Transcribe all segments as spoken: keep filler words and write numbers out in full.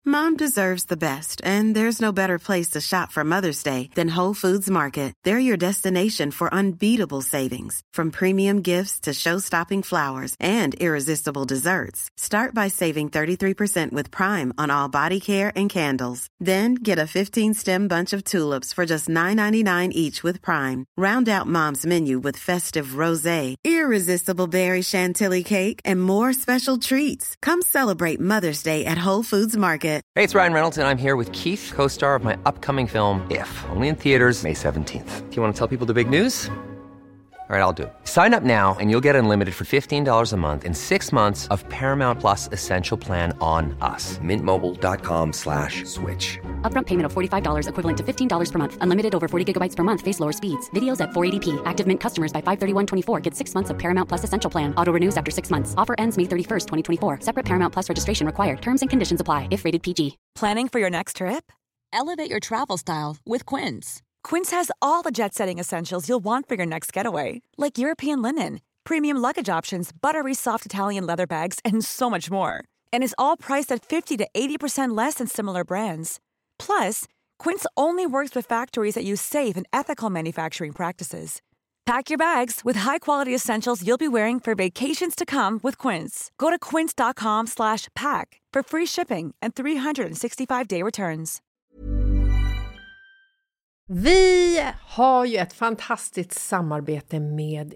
Mom deserves the best, and there's no better place to shop for Mother's Day than Whole Foods Market. They're your destination for unbeatable savings, from premium gifts to show-stopping flowers and irresistible desserts. Start by saving thirty-three percent with Prime on all body care and candles. Then get a fifteen-stem bunch of tulips for just nine ninety-nine each with Prime. Round out Mom's menu with festive rosé, irresistible berry chantilly cake, and more special treats. Come celebrate Mother's Day at Whole Foods Market. Hey, it's Ryan Reynolds, and I'm here with Keith, co-star of my upcoming film, If, only in theaters May seventeenth. Do you want to tell people the big news? All right, I'll do it. Sign up now and you'll get unlimited for fifteen dollars a month and six months of Paramount Plus Essential Plan on us. Mint Mobile dot com slash switch. Upfront payment of forty-five dollars equivalent to fifteen dollars per month. Unlimited over forty gigabytes per month. Face lower speeds. Videos at four eighty p. Active Mint customers by five thirty-one twenty-four get six months of Paramount Plus Essential Plan. Auto renews after six months. Offer ends May thirty-first, twenty twenty-four. Separate Paramount Plus registration required. Terms and conditions apply if rated P G. Planning for your next trip? Elevate your travel style with Quince. Quince has all the jet-setting essentials you'll want for your next getaway, like European linen, premium luggage options, buttery soft Italian leather bags, and so much more. And is all priced at fifty to eighty percent less than similar brands. Plus, Quince only works with factories that use safe and ethical manufacturing practices. Pack your bags with high-quality essentials you'll be wearing for vacations to come with Quince. Go to quince dot com slash pack for free shipping and three sixty-five day returns. Vi har ju ett fantastiskt samarbete med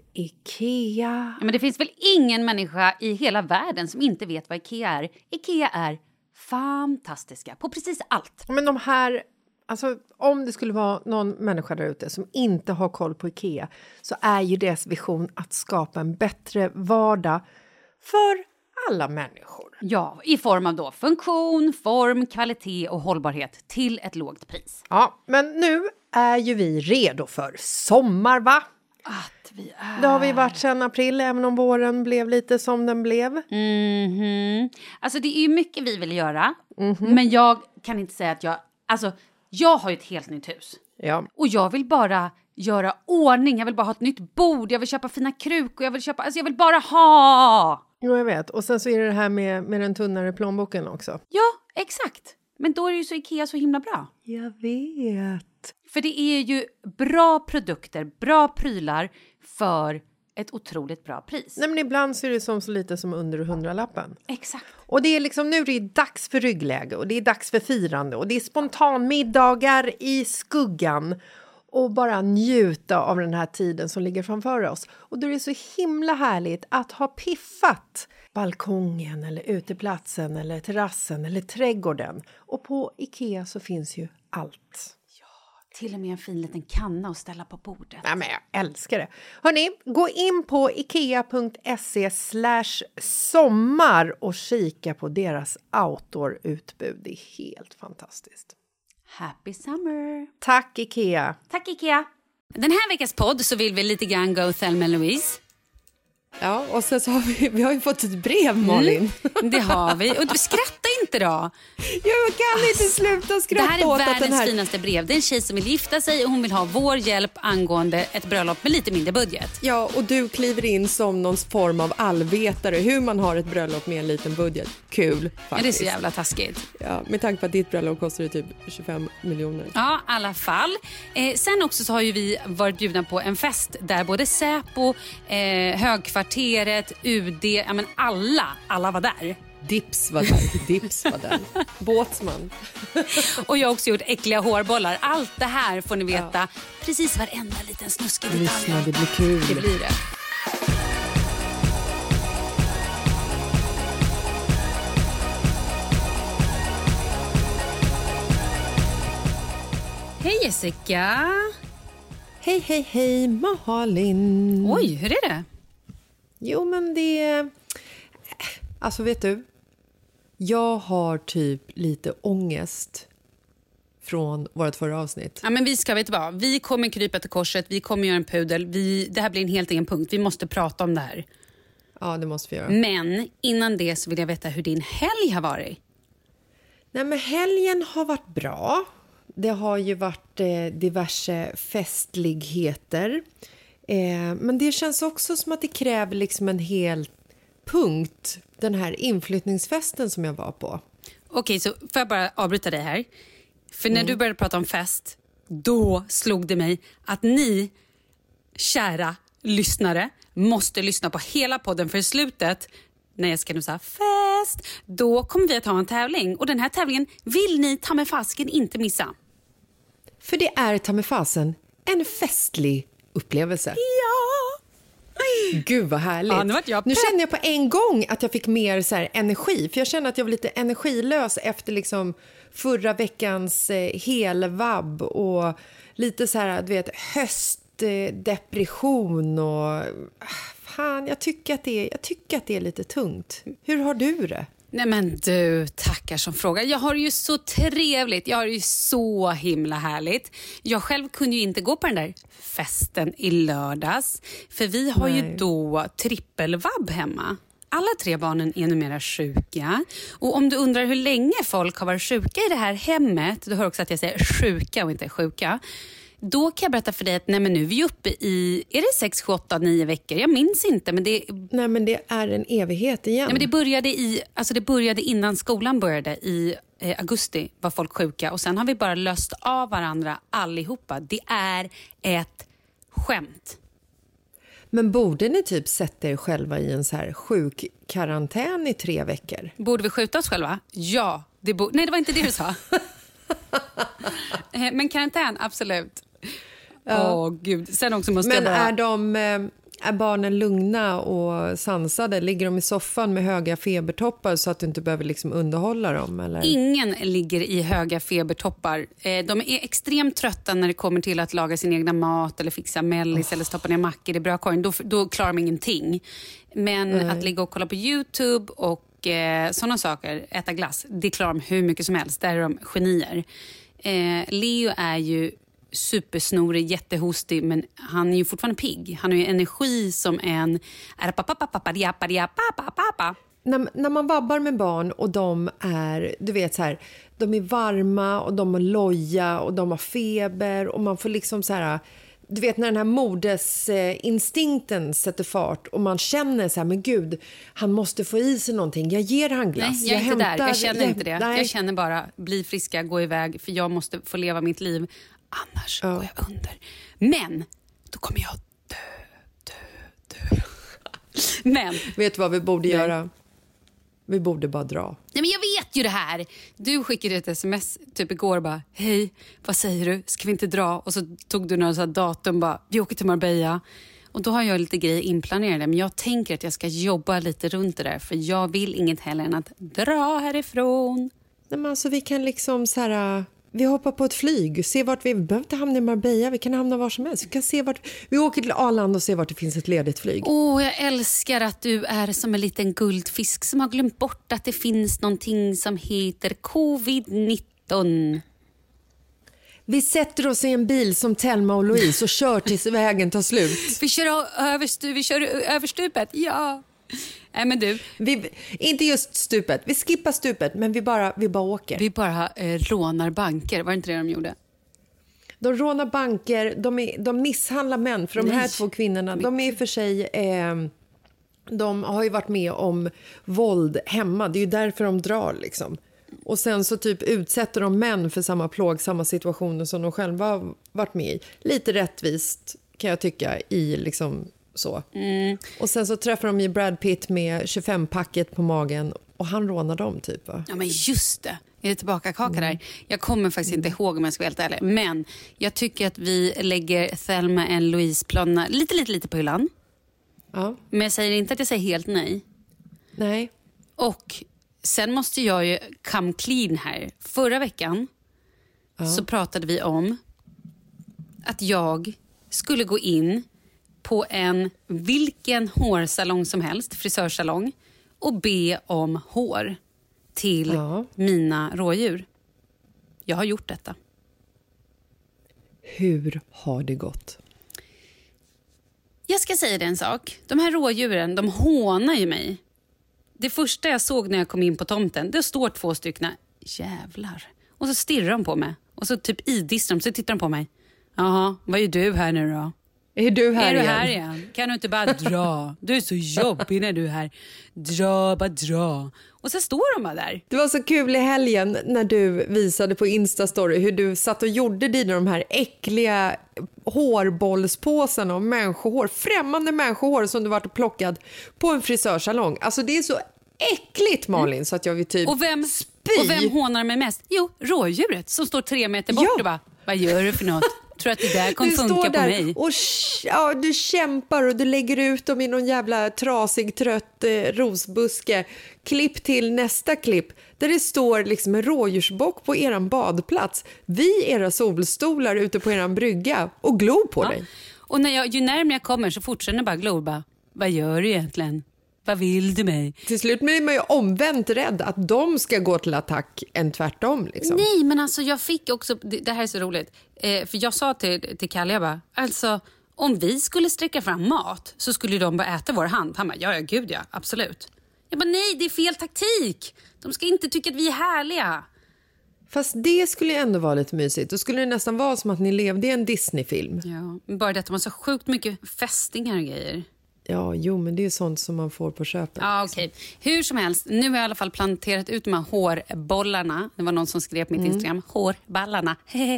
IKEA. Ja, men det finns väl ingen människa i hela världen som inte vet vad IKEA är. IKEA är fantastiska på precis allt. Men de här, alltså om det skulle vara någon människa där ute som inte har koll på IKEA, så är ju deras vision att skapa en bättre vardag för alla människor. Ja, i form av då funktion, form, kvalitet och hållbarhet till ett lågt pris. Ja, men nu är ju vi redo för sommar, va? Att vi är... Det har vi varit sedan april, även om våren blev lite som den blev. Mhm. Alltså det är ju mycket vi vill göra. Mm-hmm. Men jag kan inte säga att jag... Alltså, jag har ju ett helt nytt hus. Ja. Och jag vill bara göra ordning. Jag vill bara ha ett nytt bord. Jag vill köpa fina krukor. Jag vill köpa... Alltså jag vill bara ha... Jo, jag vet. Och sen så är det det här med, med den tunnare plånboken också. Ja, exakt. Men då är det ju så IKEA så himla bra. Jag vet. För det är ju bra produkter, bra prylar för ett otroligt bra pris. Nej, men ibland så är det som så lite som under hundralappen. Exakt. Och det är liksom nu det är dags för ryggläge och det är dags för firande och det är spontanmiddagar i skuggan. Och bara njuta av den här tiden som ligger framför oss. Och då är det så himla härligt att ha piffat balkongen eller uteplatsen eller terrassen eller trädgården. Och på IKEA så finns ju allt. Till och med en fin liten kanna att ställa på bordet. Ja, men jag älskar det. Hörrni, gå in på ikea punkt se slash sommar och kika på deras outdoor-utbud. Det är helt fantastiskt. Happy summer! Tack IKEA! Tack IKEA! Den här veckans podd så vill vi lite grann go Thelma and Louise. Ja, och sen så har vi, vi har ju fått ett brev, Malin. Mm, det har vi. Och du, skratta inte då. Jag kan inte sluta skratta. Det här är åt världens att den här... finaste brev. Det är en tjej som vill gifta sig och hon vill ha vår hjälp angående ett bröllop med lite mindre budget. Ja, och du kliver in som någon form av allvetare. Hur man har ett bröllop med en liten budget. Kul, faktiskt. Ja, det är så jävla taskigt. Ja, med tanke på att ditt bröllop kostar typ tjugofem miljoner. Ja, i alla fall. Eh, sen också så har ju vi varit bjudna på en fest där både Säpo, eh, Högkvarteret, U D, ja men alla, alla var där. Dips var där, Dips var där. Båtsman. Och jag har också gjort äckliga hårbollar. Allt det här får ni veta. Ja. Precis varenda liten snuskig detalj. Lyssna, det blir kul. Det blir det. Hej Jessica. Hej, hej, hej Malin. Oj, hur är det? Jo, men det... Alltså, vet du? Jag har typ lite ångest från vårt förra avsnitt. Ja, men vi ska, vet du vad? Vi kommer krypa till korset. Vi kommer göra en pudel. Vi, det här blir en helt egen punkt. Vi måste prata om det här. Ja, det måste vi göra. Men innan det så vill jag veta hur din helg har varit. Nej, men helgen har varit bra. Det har ju varit eh, diverse festligheter. Eh, men det känns också som att det kräver liksom en hel punkt. Den här inflyttningsfesten som jag var på. okej, så får jag bara avbryta dig här. För när Mm. du började prata om fest, då slog det mig att ni, kära lyssnare, måste lyssna på hela podden, för i slutet, när jag ska nu säga fest, då kommer vi att ha en tävling. Och den här tävlingen vill ni ta med fasken inte missa. För det är ta med fasen en festlig upplevelse. Ja! Gud vad härligt. Ja, nu vart jag nu pepp. känner jag på en gång att jag fick mer så här energi. För jag känner att jag var lite energilös efter liksom förra veckans eh, helvabb och lite så här, du vet, höstdepression och ah, fan, jag tycker att det är, jag tycker att det är lite tungt. Hur har du det? Nej men du, tackar som fråga. Jag har det ju så trevligt. Jag har det ju så himla härligt. Jag själv kunde ju inte gå på den där festen i lördags. För vi har Nej. ju då trippelvabb hemma. Alla tre barnen är numera sjuka. Och om du undrar hur länge folk har varit sjuka i det här hemmet, du hör också att jag säger sjuka och inte sjuka. Då kan jag berätta för dig att nej, men nu är vi uppe i, är det sex, sju, åtta, nio veckor? Jag minns inte, men det Nej, men det är en evighet igen. Nej, men det började i, alltså det började innan skolan började i eh, augusti var folk sjuka och sen har vi bara löst av varandra allihopa. Det är ett skämt. Men borde ni typ sätta er själva i en så här sjuk karantän i tre veckor? Borde vi skjuta oss själva? Ja. Det bo- Nej, det var inte det du sa. Eh, men karantän, absolut. Åh Ja. oh, gud. Sen också måste Men jag bara... är, de, eh, är barnen lugna och sansade? Ligger de i soffan med höga febertoppar så att du inte behöver liksom underhålla dem? Eller? Ingen ligger i höga febertoppar. Eh, de är extremt trötta när det kommer till att laga sin egna mat eller fixa mellis oh. eller stoppa ner mackor i brödkorgen. Då, då klarar de ingenting. Men Nej. att ligga och kolla på YouTube och eh, sådana saker, äta glass, det klarar de hur mycket som helst. Där är de genier. Eh, Leo är ju supersnorig, jättehostig, men han är ju fortfarande pigg. Han har ju energi som en... När, när man vabbar med barn och de är, du vet så här, de är varma och de har loja och de har feber och man får liksom så här, du vet när den här modersinstinkten sätter fart och man känner så här, men gud, han måste få i sig någonting. Jag ger han glass. Nej, jag är jag inte hämtar, där. Jag känner jag, inte det. Nej. Jag känner bara, bli friska, gå iväg, för jag måste få leva mitt liv. Annars Ja. går jag under. Men då kommer jag dö, dö, dö. Men, Vet du vad vi borde Nej. göra? Vi borde bara dra. nej men jag vet ju det här. Du skickade ett sms typ igår och bara, hej, vad säger du? Ska vi inte dra? Och så tog du några så här datum bara, vi åker till Marbella. Och då har jag lite grejer inplanerade. Men jag tänker att jag ska jobba lite runt det där. För jag vill inget heller än att dra härifrån. Nej, men alltså, vi kan liksom så här, vi hoppar på ett flyg, se vart vi, vi behöver inte hamna i Marbella, vi kan hamna var som helst. Vi kan se vart, vi åker till Arlanda och ser vart det finns ett ledigt flyg. Åh, oh, jag älskar att du är som en liten guldfisk som har glömt bort att det finns någonting som heter covid nitton. Vi sätter oss i en bil som Thelma och Louise och kör tills vägen tar slut. Vi kör, över, stu- vi kör över stupet, ja. Nej men du, Vi, inte just stupet, vi skippar stupet, men vi bara, vi bara åker. vi bara eh, rånar banker, var det inte det de gjorde? De rånar banker, de, är, de misshandlar män. För de här Nej. två kvinnorna, de är för sig... Eh, de har ju varit med om våld hemma. Det är ju därför de drar liksom. Och sen så typ utsätter de män för samma plågsamma situationer som de själva har varit med i. Lite rättvist kan jag tycka i liksom så. Mm. Och sen så träffar de ju Brad Pitt med tjugofem-packet på magen och han rånar dem typ va? Ja men just det, är det tillbaka kaka där? Jag kommer faktiskt inte ihåg om jag ska vara helt ärlig. Men jag tycker att vi lägger Thelma and Louise-planerna lite, lite, lite på hyllan. Ja. Men jag säger inte att jag säger helt nej. Nej. Och sen måste jag ju come clean här. Förra veckan Ja. så pratade vi om att jag skulle gå in på en vilken hårsalong som helst, frisörsalong, och be om hår till Ja. mina rådjur. Jag har gjort detta. Hur har det gått? Jag ska säga dig en sak. De här rådjuren, de hånar ju mig. Det första jag såg när jag kom in på tomten, det står två stycken. Jävlar. Och så stirrar de på mig. Och så typ idissar de, så tittar de på mig. Jaha, vad är du här nu då? Är du här är igen? Är du här igen? Kan du inte bara dra? Du är så jobbig när du är här. Dra, bara dra. Och så står de bara där. Det var så kul i helgen när du visade på Instastory hur du satt och gjorde dina de här äckliga hårbollspåsarna och människohår, främmande människohår som du varit och plockat på en frisörsalong. Alltså det är så äckligt, Malin, mm. så att jag vill typ och vem, spy. Och vem hånar mig mest? Jo, rådjuret som står tre meter bort, ja. Och bara, vad gör du för något? Tror att det där kommer du funka står där på mig? Och ja, du kämpar och du lägger ut dem i någon jävla trasig, trött eh, rosbuske. Klipp till nästa klipp där det står liksom en rådjursbock på eran badplats. Vi era solstolar ute på eran brygga och glor på ja. dig. Och när jag, ju närmare jag kommer så fortsätter jag bara glor. Bara, vad gör du egentligen? Vad vill du mig? Till slut blir man ju omvänt rädd att de ska gå till attack än tvärtom. Liksom. Nej, men alltså jag fick också... Det, det här är så roligt. Eh, för jag sa till, till Kalle, jag bara... Alltså, om vi skulle sträcka fram mat så skulle de bara äta vår hand. Han bara, ja, ja, gud ja, absolut. Jag bara, nej, det är fel taktik. De ska inte tycka att vi är härliga. Fast det skulle ju ändå vara lite mysigt. Då skulle det nästan vara som att ni levde i en Disney-film. Ja, men bara det att de har så sjukt mycket fästingar och grejer. Ja, jo, men det är ju sånt som man får på köpet. Ja, okej. Okay. Hur som helst, nu har jag i alla fall planterat ut de här hårbollarna. Det var någon som skrev på mitt mm. Instagram, hårballarna,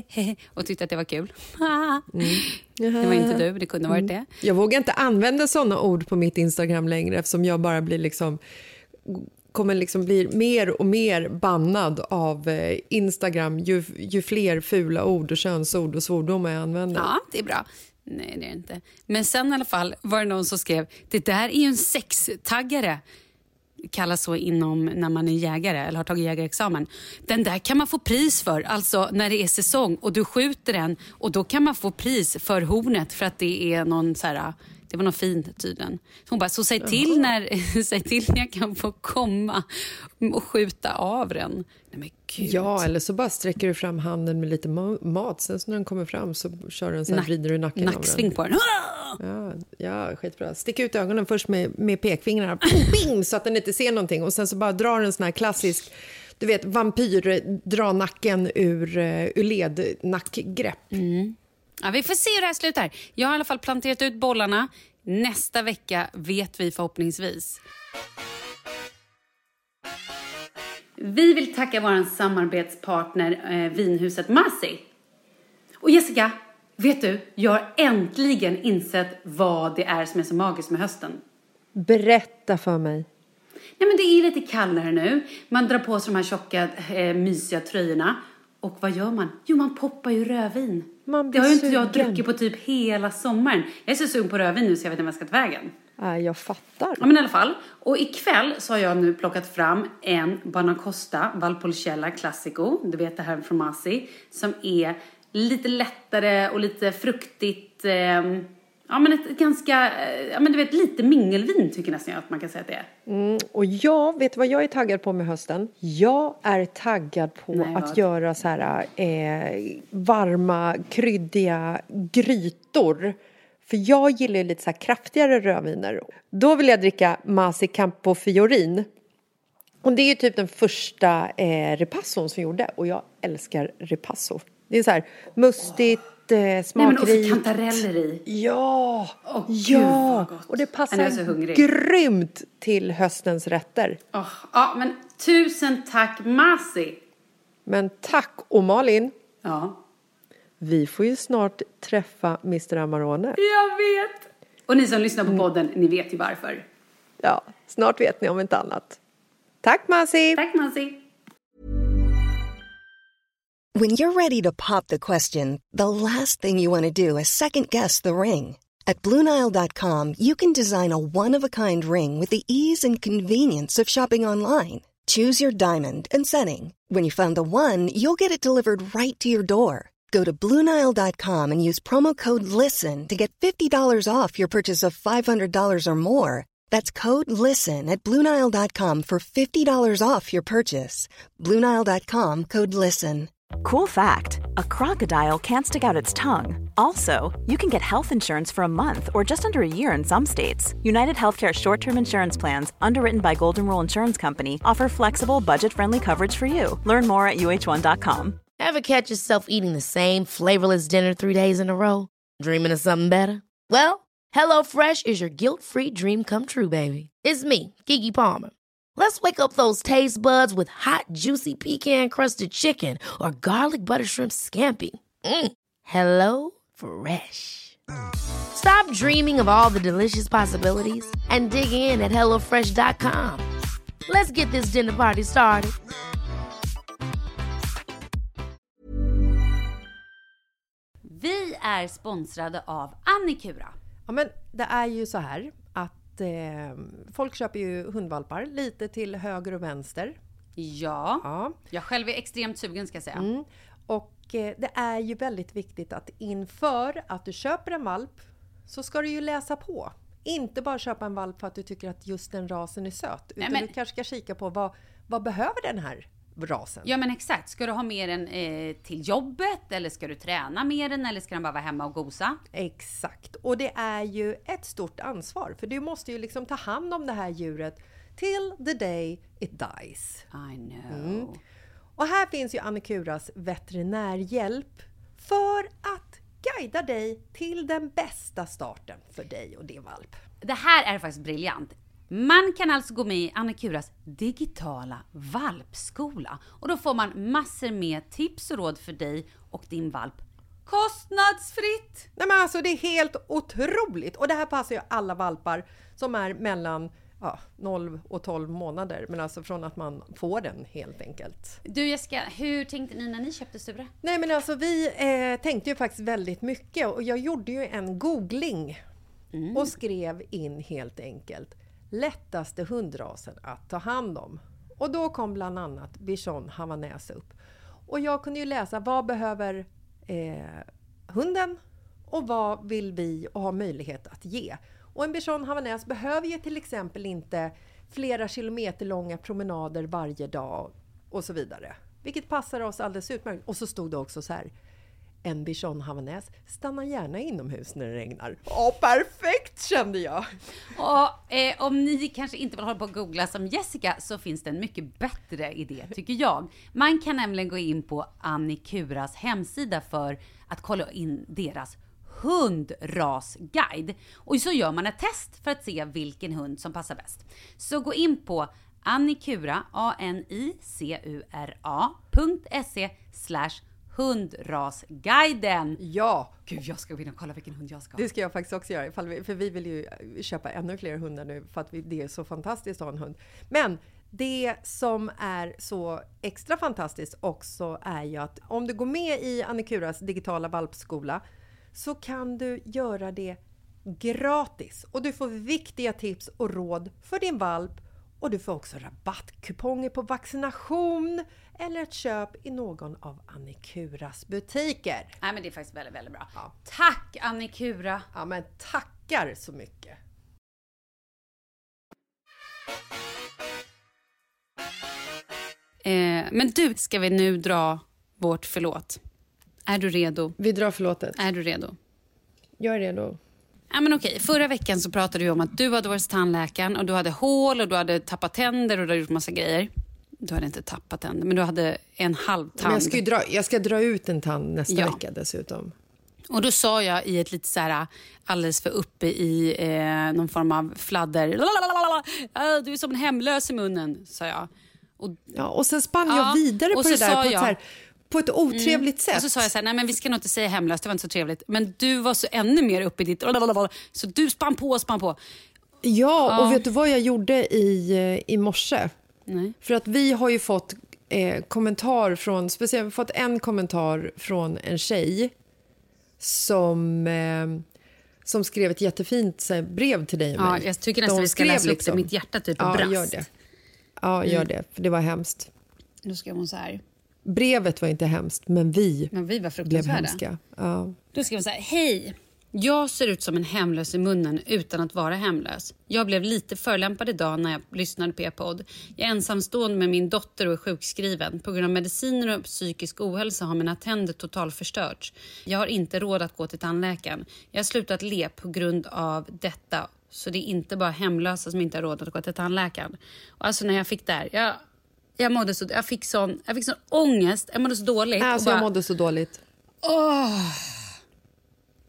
och tyckte att det var kul. mm. Det var inte du, det kunde varit mm. det. Jag vågar inte använda såna ord på mitt Instagram längre eftersom jag bara blir liksom... kommer liksom bli mer och mer bannad av Instagram ju, ju fler fula ord och könsord och svordomar jag använder. Ja, det är bra. Nej, det är det inte. Men sen i alla fall var det någon som skrev, det där är ju en sextaggare. Kallas så inom när man är jägare eller har tagit jägarexamen. Den där kan man få pris för, alltså när det är säsong och du skjuter den och då kan man få pris för hornet för att det är någon så här, det var något fint tydligen. Hon bara, så säg till när säg till när jag kan få komma och skjuta av den. Nej, men gud. Ja, eller så bara sträcker du fram handen med lite mat. Sen så när den kommer fram så kör den så här, Nack, vrider du nacken nacksving på den. Ja, ja, skitbra. Stick ut ögonen först med, med pekfingrarna. Bing, så att den inte ser någonting. Och sen så bara drar en sån här klassisk, du vet, vampyr, dra nacken ur, ur led, nackgrepp. Mm. Ja, vi får se hur det här slutar. Jag har i alla fall planterat ut bollarna. Nästa vecka vet vi förhoppningsvis. Vi vill tacka vår samarbetspartner eh, Vinhuset Masi. Och Jessica, vet du, jag har äntligen insett vad det är som är så magiskt med hösten. Berätta för mig. Nej, men det är lite kallare nu. Man drar på sig de här tjocka, eh, mysiga tröjorna. Och vad gör man? Jo, man poppar ju rödvin. Man det har ju inte jag druckit på typ hela sommaren. Jag är så sugen på rödvin nu så jag vet inte vad jag ska ta vägen. Ja, jag fattar. Ja, men i alla fall. Och ikväll så har jag nu plockat fram en Banacosta Valpolicella Classico. Du vet det här från Masi. Som är lite lättare och lite fruktigt. Eh, ja, men ett ganska, ja men du vet, lite mingelvin tycker nästan jag att man kan säga att det är. Mm, och jag, vet vad jag är taggad på med hösten? Jag är taggad på Nej, att göra så här eh, varma, kryddiga grytor. För jag gillar lite så här kraftigare rödviner. Då vill jag dricka Masi Campofiorin. Och det är ju typ den första eh, repasson som gjorde. Och jag älskar repasso. Det är så här mustigt. Eh, smakrikt. Nej, men också kantareller i. Ja, oh, ja. Och det passar grymt till höstens rätter. Oh, ja, men tusen tack Masi. Men tack och Malin. Ja. Vi får ju snart träffa mister Amarone. Jag vet. Och ni som lyssnar på podden, mm. ni vet ju varför. Ja, snart vet ni om inte annat. Tack Masi. Tack Masi. When you're ready to pop the question, the last thing you want to do is second-guess the ring. At Blue Nile dot com, you can design a one-of-a-kind ring with the ease and convenience of shopping online. Choose your diamond and setting. When you find the one, you'll get it delivered right to your door. Go to Blue Nile dot com and use promo code LISTEN to get fifty dollars off your purchase of five hundred dollars or more. That's code LISTEN at Blue Nile dot com for fifty dollars off your purchase. Blue Nile dot com, code LISTEN. Cool fact, a crocodile can't stick out its tongue. Also, you can get health insurance for a month or just under a year in some states. United Healthcare short-term insurance plans, underwritten by Golden Rule Insurance Company, offer flexible, budget-friendly coverage for you. Learn more at U H one dot com. Ever catch yourself eating the same flavorless dinner three days in a row? Dreaming of something better? Well, HelloFresh is your guilt-free dream come true, baby. It's me, Keke Palmer. Let's wake up those taste buds with hot, juicy pecan-crusted chicken or garlic butter shrimp scampi. Mm. Hello Fresh. Stop dreaming of all the delicious possibilities and dig in at hello fresh dot com. Let's get this dinner party started. Vi är sponsrade av Annikura. Ja, men det är ju så här att eh, folk köper ju hundvalpar lite till höger och vänster. Ja, ja. Jag själv är extremt sugen ska jag säga. Mm. Och eh, det är ju väldigt viktigt att inför att du köper en valp så ska du ju läsa på. Inte bara köpa en valp för att du tycker att just den rasen är söt. Utan Nej, men... du kanske ska kika på vad, vad behöver den här rasen. Ja men exakt, ska du ha med den eh, till jobbet eller ska du träna med den eller ska den bara vara hemma och gosa? Exakt, och det är ju ett stort ansvar för du måste ju liksom ta hand om det här djuret till the day it dies. I know. Mm. Och här finns ju Annikuras veterinärhjälp för att guida dig till den bästa starten för dig och din valp. Det här är faktiskt briljant. Man kan alltså gå med i Annikuras digitala valpskola. Och då får man massor med tips och råd för dig och din valp. Kostnadsfritt! Nej men alltså det är helt otroligt. Och det här passar ju alla valpar som är mellan ja, noll och tolv månader. Men alltså från att man får den helt enkelt. Du Jessica, hur tänkte ni när ni köpte Sture? Nej men alltså vi eh, tänkte ju faktiskt väldigt mycket. Och jag gjorde ju en googling. Mm. Och skrev in helt enkelt lättaste hundrasen att ta hand om. Och då kom bland annat Bichon Havanäs upp. Och jag kunde ju läsa vad behöver eh, hunden och vad vill vi och ha möjlighet att ge. Och en Bichon Havanäs behöver ju till exempel inte flera kilometer långa promenader varje dag och så vidare. Vilket passar oss alldeles utmärkt. Och så stod det också så här. En Bichon Havanäs stannar gärna inomhus när det regnar. Åh, perfekt kände jag! Och eh, om ni kanske inte vill hålla på att googla som Jessica så finns det en mycket bättre idé tycker jag. Man kan nämligen gå in på Annikuras hemsida för att kolla in deras hundrasguide. Och så gör man ett test för att se vilken hund som passar bäst. Så gå in på Annikura, A-N-I-C-U-R-A punkt se slash hundrasguiden. Ja. Gud, jag ska gå in och kolla vilken hund jag ska ha. Det ska jag faktiskt också göra. Ifall vi, för vi vill ju köpa ännu fler hundar nu. För att vi, det är så fantastiskt att ha en hund. Men det som är så extra fantastiskt också är ju att om du går med i Annikuras digitala valpskola så kan du göra det gratis. Och du får viktiga tips och råd för din valp. Och du får också rabattkuponger på vaccination eller ett köp i någon av Annikuras butiker. Nej, men det är faktiskt väldigt, väldigt bra. Ja. Tack Annikura! Ja, men tackar så mycket. Eh, men du, ska vi nu dra vårt förlåt? Är du redo? Vi drar förlåtet. Är du redo? Jag är redo. Ja, men okej. Förra veckan så pratade vi om att du hade varit hos tandläkaren och du hade hål och du hade tappat tänder och du hade gjort massa grejer. Du hade inte tappat tänder, men du hade en halv tand. Men jag ska ju dra, jag ska dra ut en tand nästa ja. vecka dessutom. Och då sa jag i ett lite så här alldeles för uppe i eh, någon form av fladder. Lalalala, du är som en hemlös i munnen, sa jag. Och, ja, och sen spann jag ja, vidare på det där på ett, så här, på ett otrevligt mm. sätt. Och så sa jag så här, nej men vi ska nog inte säga hemlös, det var inte så trevligt. Men du var så ännu mer uppe i ditt, så du spann på och spann på. Ja, och vet du vad jag gjorde i, i morse? Nej. För att vi har ju fått eh, kommentar från, speciellt fått en kommentar från en tjej som, eh, som skrev ett jättefint så här, brev till dig och ja, mig. Jag tycker nästan vi ska läsa liksom. upp det. Mitt hjärta typ ja, brast. Gör det. Ja, gör det. För det var hemskt. Nu skrev hon så här. Brevet var inte hemskt, men vi, men vi var blev hemska. Ja. Då skrev hon så här. Hej! Jag ser ut som en hemlös i munnen utan att vara hemlös. Jag blev lite förlämpad idag när jag lyssnade på er podd. Jag är ensamstående med min dotter och är sjukskriven. På grund av mediciner och psykisk ohälsa har mina tänder totalt förstörts. Jag har inte råd att gå till tandläkaren. Jag har slutat le på grund av detta. Så det är inte bara hemlösa som inte har råd att gå till tandläkaren. Och alltså när jag fick där, jag, jag mådde så, jag fick sån, jag fick sån ångest. Jag mådde så dåligt. Alltså och bara, jag mådde så dåligt. Åh...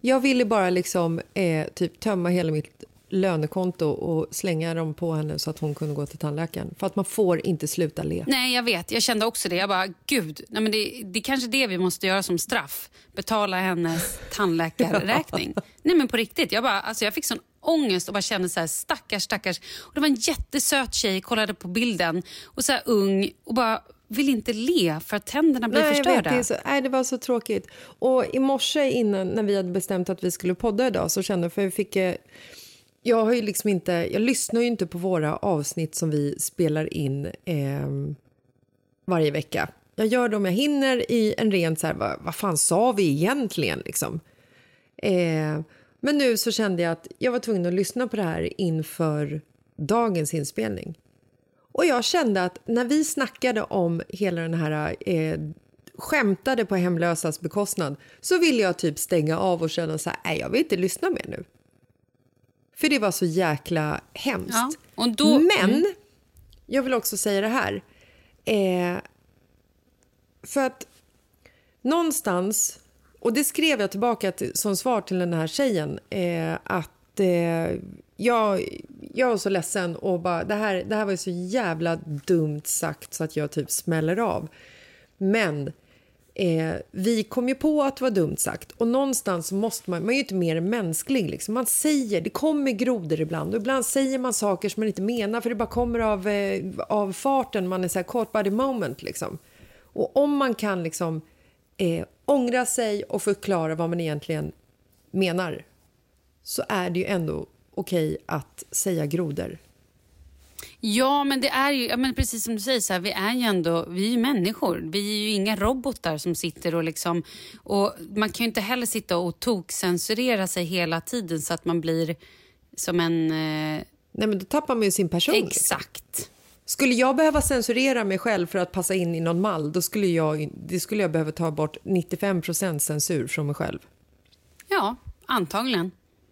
Jag ville bara liksom eh, typ tömma hela mitt lönekonto och slänga dem på henne så att hon kunde gå till tandläkaren. För att man får inte sluta le. Nej, jag vet. Jag kände också det. Jag bara, gud, nej, men det, det är kanske det vi måste göra som straff. Betala hennes tandläkarräkning. Nej, men på riktigt. Jag, bara, alltså, jag fick sån ångest och bara kände så här, stackars, stackars. Och det var en jättesöt tjej, kollade på bilden. Och så här ung och bara vill inte le för att tänderna blir nej, förstörda. Jag vet, det, är så, nej, det var så tråkigt. Och i morse innan när vi hade bestämt att vi skulle podda idag så kände jag, för jag fick... Jag har ju liksom inte, jag lyssnar ju inte på våra avsnitt som vi spelar in eh, varje vecka. Jag gör det om jag hinner i en ren så här, vad, vad fan sa vi egentligen liksom? Eh, men nu så kände jag att jag var tvungen att lyssna på det här inför dagens inspelning. Och jag kände att när vi snackade om hela den här eh, skämtade på hemlösas bekostnad så ville jag typ stänga av och känna så här, nej jag vill inte lyssna mer nu. För det var så jäkla hemskt. Ja, och då, men mm. jag vill också säga det här. Eh, för att någonstans, och det skrev jag tillbaka till, som svar till den här tjejen, eh, att eh, jag, jag var så ledsen och bara, det här, det här var ju så jävla dumt sagt så att jag typ smäller av. Men... Eh, vi kom ju på att det var dumt sagt och någonstans måste man, man är ju inte mer mänsklig liksom. Man säger, det kommer grodor ibland och ibland säger man saker som man inte menar för det bara kommer av, eh, av farten, man är så här caught by the moment liksom. Och om man kan liksom eh, ångra sig och förklara vad man egentligen menar så är det ju ändå okej att säga grodor. Ja, men det är ju, ja, men precis som du säger så här, vi är ju ändå, vi är ju människor. Vi är ju inga robotar som sitter och liksom, och man kan ju inte heller sitta och tokcensurera sig hela tiden så att man blir som en... Eh... Nej, men då tappar man ju sin person. Exakt. Liksom. Skulle jag behöva censurera mig själv för att passa in i någon mall, då skulle jag, det skulle jag behöva ta bort nittiofem procent censur från mig själv. Ja, antagligen.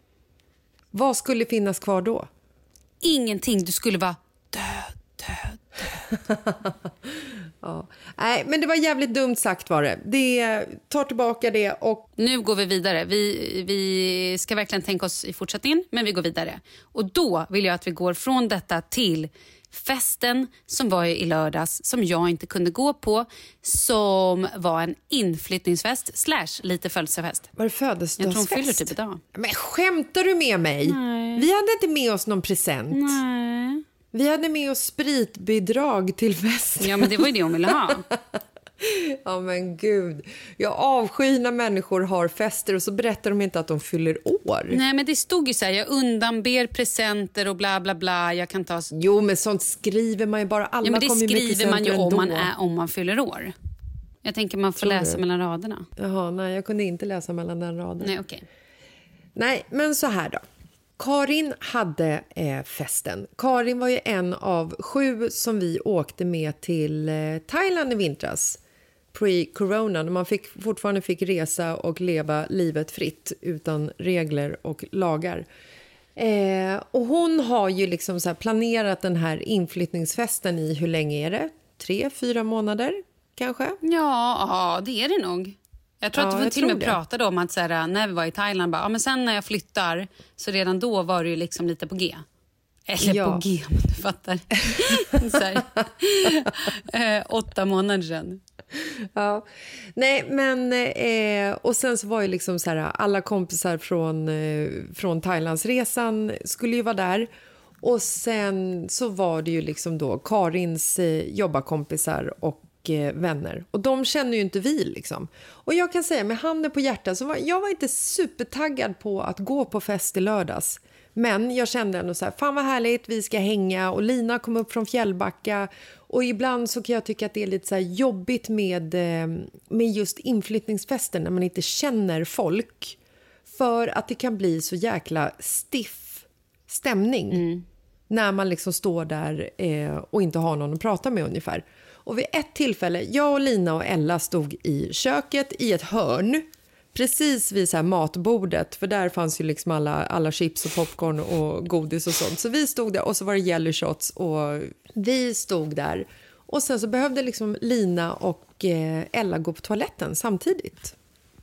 Vad skulle finnas kvar då? Ingenting, du skulle vara död, död, död. Ja. Nej, men det var jävligt dumt sagt var det. Det tar tillbaka det och... Nu går vi vidare. Vi, vi ska verkligen tänka oss i fortsättningen, men vi går vidare. Och då vill jag att vi går från detta till festen som var i lördags, som jag inte kunde gå på, som var en inflyttningsfest slash lite födelsedagsfest. Var det födelsedagsfest? Jag tror hon fyller typ idag. Men skämtar du med mig? Nej. Vi hade inte med oss någon present. Nej. Vi hade med oss spritbidrag till festen. Ja, men det var ju det hon ville ha. Ja, men gud. Jag avskyr när människor har fester och så berättar de inte att de fyller år. Nej, men det stod ju så här, jag undanber presenter och bla bla bla. Jag kan ta... Jo, men sånt skriver man ju bara. Alla ja, men det kommer skriver man ju ändå. om man, är, om man fyller år. Jag tänker man får Tror läsa du? mellan raderna. Jaha, nej, jag kunde inte läsa mellan den raden. Nej, okej. Okay. Nej, men så här då. Karin hade eh, festen. Karin var ju en av sju som vi åkte med till eh, Thailand i vintras. Pre-corona, när man fick, fortfarande fick resa och leva livet fritt utan regler och lagar. Eh, och hon har ju liksom så här planerat den här inflyttningsfesten i, hur länge är det? Tre, fyra månader kanske? Ja, ja det är det nog. Jag tror ja, att vi till och med det. pratade om att så här, när vi var i Thailand, bara, ja, men sen när jag flyttar så redan då var det ju liksom lite på G. Eller ja. på G, om du fattar. så här, eh, åtta månader sedan. Ja, nej men eh, och sen så var ju liksom så här, alla kompisar från, eh, från Thailandsresan skulle ju vara där och sen så var det ju liksom då Karins eh, jobbarkompisar och eh, vänner och de känner ju inte vi liksom. Och jag kan säga med handen på hjärtat så var jag var inte supertaggad på att gå på fest i lördags. Men jag kände ändå så här, fan vad härligt, vi ska hänga och Lina kom upp från Fjällbacka och ibland så kan jag tycka att det är lite så här jobbigt med, med just inflyttningsfesten när man inte känner folk för att det kan bli så jäkla stiff stämning mm. när man liksom står där eh, och inte har någon att prata med ungefär. Och vid ett tillfälle, jag och Lina och Ella stod i köket i ett hörn precis vid så här matbordet, för där fanns ju liksom alla, alla chips och popcorn och godis och sånt. Så vi stod där och så var det jelly shots och vi stod där. Och sen så behövde liksom Lina och eh, Ella gå på toaletten samtidigt.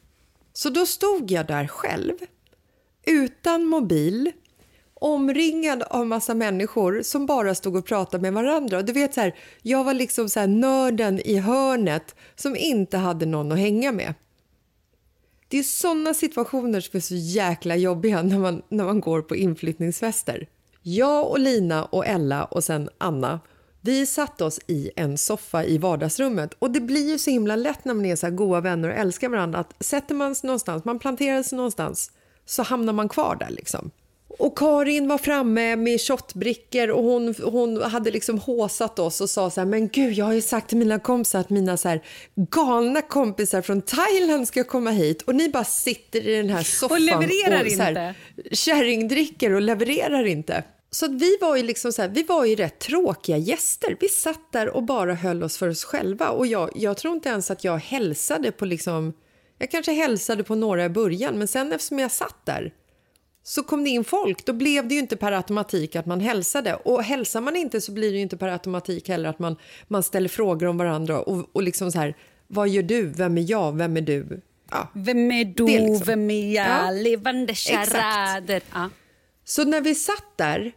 Så då stod jag där själv, utan mobil, omringad av massa människor som bara stod och pratade med varandra. Och du vet så här, jag var liksom så här nörden i hörnet som inte hade någon att hänga med. Det är sådana situationer som är så jäkla jobbiga när man, när man går på inflyttningsfester. Jag och Lina och Ella och sen Anna, vi satt oss i en soffa i vardagsrummet. Och det blir ju så himla lätt när man är så här goda vänner och älskar varandra att sätter man sig någonstans, man planterar sig någonstans, så hamnar man kvar där liksom. Och Karin var framme med shotbrickor och hon, hon hade liksom håsat oss och sa så här, men gud, jag har ju sagt till mina kompisar att mina så här galna kompisar från Thailand ska komma hit och ni bara sitter i den här soffan och levererar och så här, inte. Kärringdricker och levererar inte. Så att vi var ju liksom så här, vi var ju rätt tråkiga gäster. Vi satt där och bara höll oss för oss själva och jag, jag tror inte ens att jag hälsade på liksom, jag kanske hälsade på några i början, men sen eftersom jag satt där så kom det in folk, då blev det ju inte per automatik att man hälsade. Och hälsar man inte så blir det ju inte per automatik heller att man, man ställer frågor om varandra och, och liksom så här, vad gör du? Vem är jag? Vem är du? Ja. Vem är du? Är liksom. Vem är jag? Ja. Levande charader. Ja. Så när vi satt där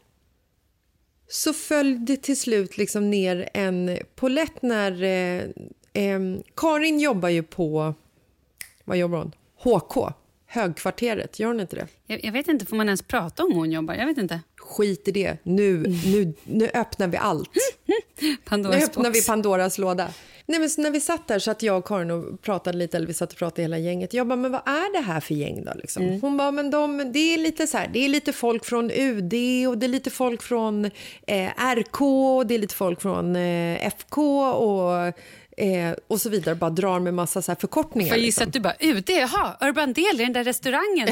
så föll det till slut liksom ner en polett när eh, eh, Karin jobbar ju på, vad jobbar hon? H K. Högkvarteret, gör hon inte det? Jag, jag vet inte, får man ens prata om hon jobbar? Jag vet inte. Skit i det. Nu, nu, nu öppnar vi allt. Pandoras nu öppnar box. vi Pandoras låda. Nej, men så när vi satt där så att jag och Karin och pratade lite, eller vi satt och pratade hela gänget. Jag bara, men vad är det här för gäng då? Liksom? Mm. Hon bara, men de, det är lite så här, det är lite folk från U D och det är lite folk från eh, R K och det är lite folk från eh, F K och... Eh, och så vidare, bara drar med massa så här förkortningar. För jag gissar liksom. att du bara, U D, jaha, Urban Deli, den där restaurangen.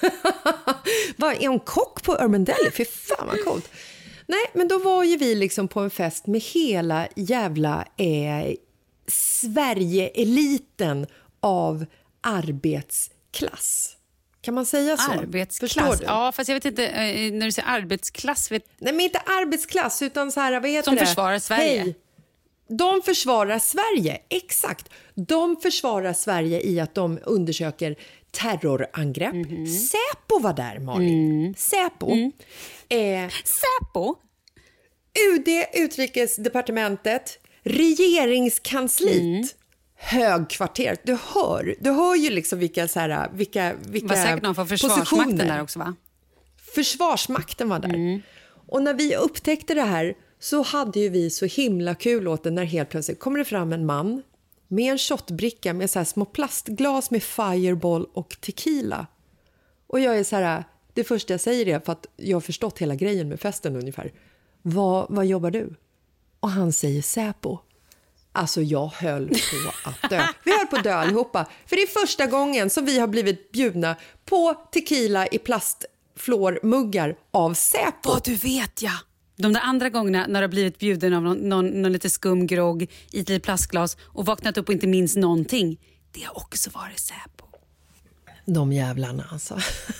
Vad är hon kock på Urban Deli? Fy fan vad coolt. Nej, men då var ju vi liksom på en fest med hela jävla eh, Sverige-eliten av arbetsklass. Kan man säga så? Arbetsklass, ja, fast jag vet inte, eh, när du säger arbetsklass vet... Nej, men inte arbetsklass, utan så här, vad heter Som det? försvarar Sverige. Hej. De försvarar Sverige, exakt. De försvarar Sverige i att de undersöker terrorangrepp. Mm-hmm. Säpo var där, Malin. Mm. Säpo. Mm. Eh, Säpo? U D, Utrikesdepartementet, regeringskansliet, mm. Högkvarteret. Du hör, du hör ju liksom vilka så här, vilka vilka var säkert någon från Försvarsmakten där också, va? Försvarsmakten var där. Mm. Och när vi upptäckte det här så hade ju vi så himla kul åt det när helt plötsligt kommer det fram en man med en shotbricka med så här små plastglas med Fireball och tequila. Och jag är så här, det första jag säger är, för att jag har förstått hela grejen med festen ungefär. Vad, vad jobbar du? Och han säger Säpo. Alltså jag höll på att dö. Vi höll på att dö allihopa. För det är första gången som vi har blivit bjudna på tequila i plastflormuggar av Säpo. Vad du vet, ja. De där andra gångerna när du har blivit bjuden av någon, någon, någon lite skum grogg i ett litet plastglas och vaknat upp och inte minns någonting, det har också varit Säpo. De jävlarna alltså.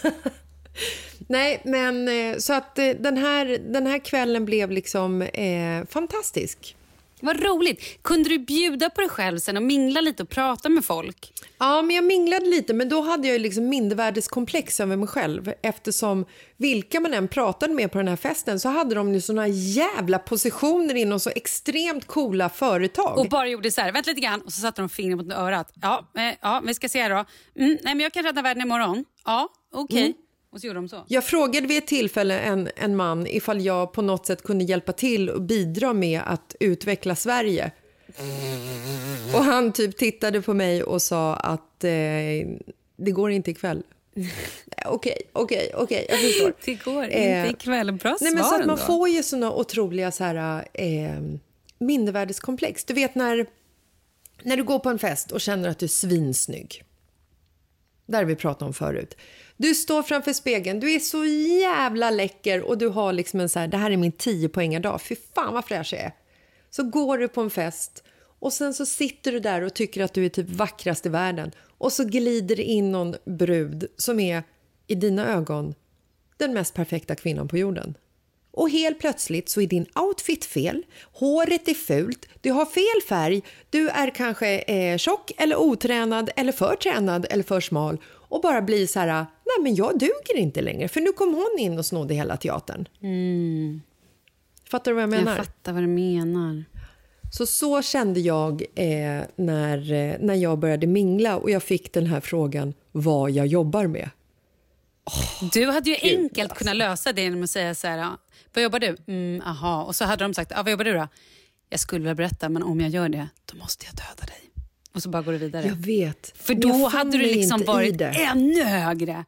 Nej, men så att den här, den här kvällen blev liksom eh, fantastisk. Vad roligt. Kunde du bjuda på dig själv sen och mingla lite och prata med folk? Ja, men jag minglade lite, men då hade jag ju liksom mindervärdeskomplex över mig själv. Eftersom vilka man än pratade med på den här festen så hade de ju såna jävla positioner inom så extremt coola företag. Och bara gjorde så här, vänta lite grann, och så satte de fingret mot örat. Ja, eh, ja vi ska se då. Mm, nej, men jag kan rädda världen imorgon. Ja, okej. Okay. Mm. Och så gjorde de så. Jag frågade vid ett tillfälle en, en man ifall jag på något sätt kunde hjälpa till och bidra med att utveckla Sverige. Och han typ tittade på mig och sa att eh, det går inte ikväll. Okej, okej, okej, jag förstår. Det går inte eh, ikväll, bra nej, men så att man då. får ju såna otroliga så här, eh, mindervärdeskomplex. Du vet när, när du går på en fest och känner att du är svinsnygg. Där har vi pratat om förut. Du står framför spegeln, du är så jävla läcker och du har liksom en så här, det här är min tio poängardag. Fy fan vad fräsch jag är. Så går du på en fest och sen så sitter du där och tycker att du är typ vackrast i världen. Och så glider det in någon brud som är i dina ögon den mest perfekta kvinnan på jorden. Och helt plötsligt så är din outfit fel, håret är fult, du har fel färg, du är kanske eh, tjock eller otränad eller för tränad eller för smal och bara blir så här, nej men jag duger inte längre för nu kom hon in och snodde hela teatern. Mm. Fattar du vad jag menar? Jag fattar vad du menar. Så så kände jag eh, när, eh, när jag började mingla och jag fick den här frågan vad jag jobbar med. Oh, du hade ju Gud, enkelt alltså. kunnat lösa det genom att säga så här, vad jobbar du? Mm, aha. Och så hade de sagt, ah, vad jobbar du då? Jag skulle väl berätta, men om jag gör det, då måste jag döda dig. Och så bara går du vidare. Jag vet. För då hade du liksom varit ännu högre.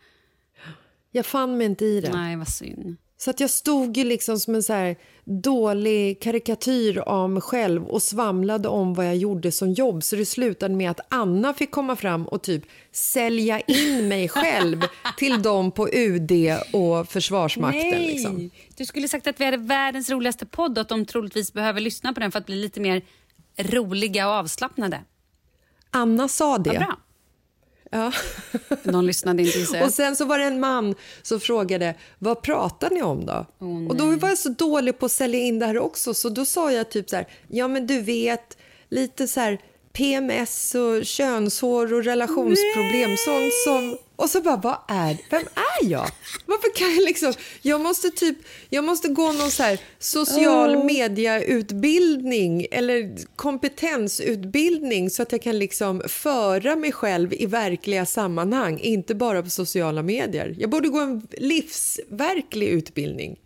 Jag fann mig inte i det. Nej, vad synd. Så att jag stod ju liksom som en så här dålig karikatyr av mig själv och svamlade om vad jag gjorde som jobb. Så det slutade med att Anna fick komma fram och typ sälja in mig själv till dem på U D och Försvarsmakten. Nej, liksom. Du skulle sagt att vi hade världens roligaste podd och att de troligtvis behöver lyssna på den för att bli lite mer roliga och avslappnade. Anna sa det. Vad bra. Ja. Någon lyssnade inte. Och sen så var det en man som frågade, vad pratar ni om då? Oh, och då var jag så dålig på att sälja in det här också. Så då sa jag typ så här, ja men du vet, lite så här P M S och könshår och relationsproblem. Nej. Sånt som... Och så bara, vad är, vem är jag? Varför kan jag liksom... Jag måste typ... Jag måste gå någon så här social oh. mediautbildning eller kompetensutbildning så att jag kan liksom föra mig själv i verkliga sammanhang, inte bara på sociala medier. Jag borde gå en livsverklig utbildning.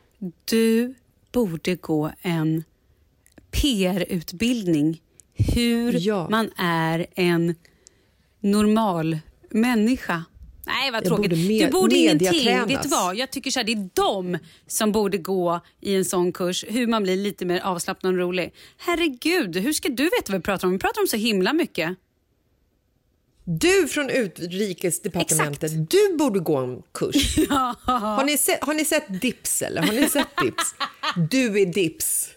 Du borde gå en P R-utbildning. Hur ja. man är en normal människa. Nej, vad tråkigt. Borde med, du borde ingenting. Vet du vad? Jag tycker så här, det är de som borde gå i en sån kurs. Hur man blir lite mer avslappnad och rolig. Herregud, hur ska du veta vad vi pratar om? Vi pratar om så himla mycket. Du från utrikesdepartementet, Exakt. du borde gå en kurs. Ja. Har ni sett, har ni sett Dips eller? Har ni sett Dips? Du är Dips.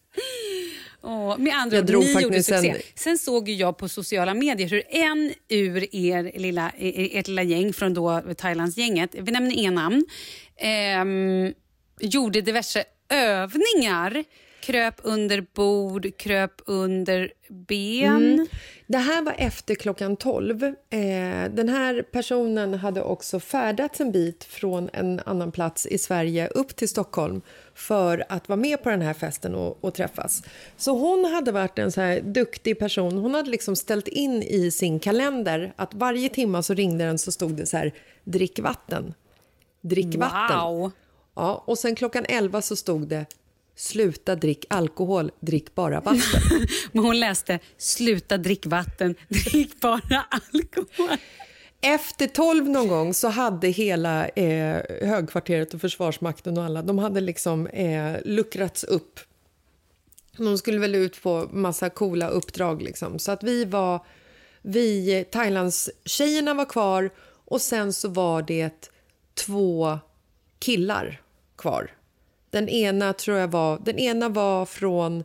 Oh, med andra jag ord, ni gjorde succé. En... Sen såg ju jag på sociala medier hur en ur er lilla, ert lilla gäng från då Thailandsgänget, vi nämner en namn, eh, gjorde diverse övningar. Kröp under bord, kröp under ben. Mm. Det här var efter klockan tolv. Eh, den här personen hade också färdats en bit från en annan plats i Sverige upp till Stockholm för att vara med på den här festen och, och träffas. Så hon hade varit en så här duktig person. Hon hade liksom ställt in i sin kalender att varje timme så ringde den så stod det så här, drick vatten. Drick vatten. Wow. Ja, och sen klockan elva så stod det, sluta drick alkohol, drick bara vatten. Men hon läste, sluta drick vatten, drick bara alkohol. Efter tolv någon gång så hade hela eh, högkvarteret och Försvarsmakten och alla, de hade liksom eh, luckrats upp. De skulle väl ut på massa coola uppdrag liksom. Så att vi var, vi Thailands tjejerna var kvar och sen så var det två killar kvar. Den ena tror jag var, den ena var från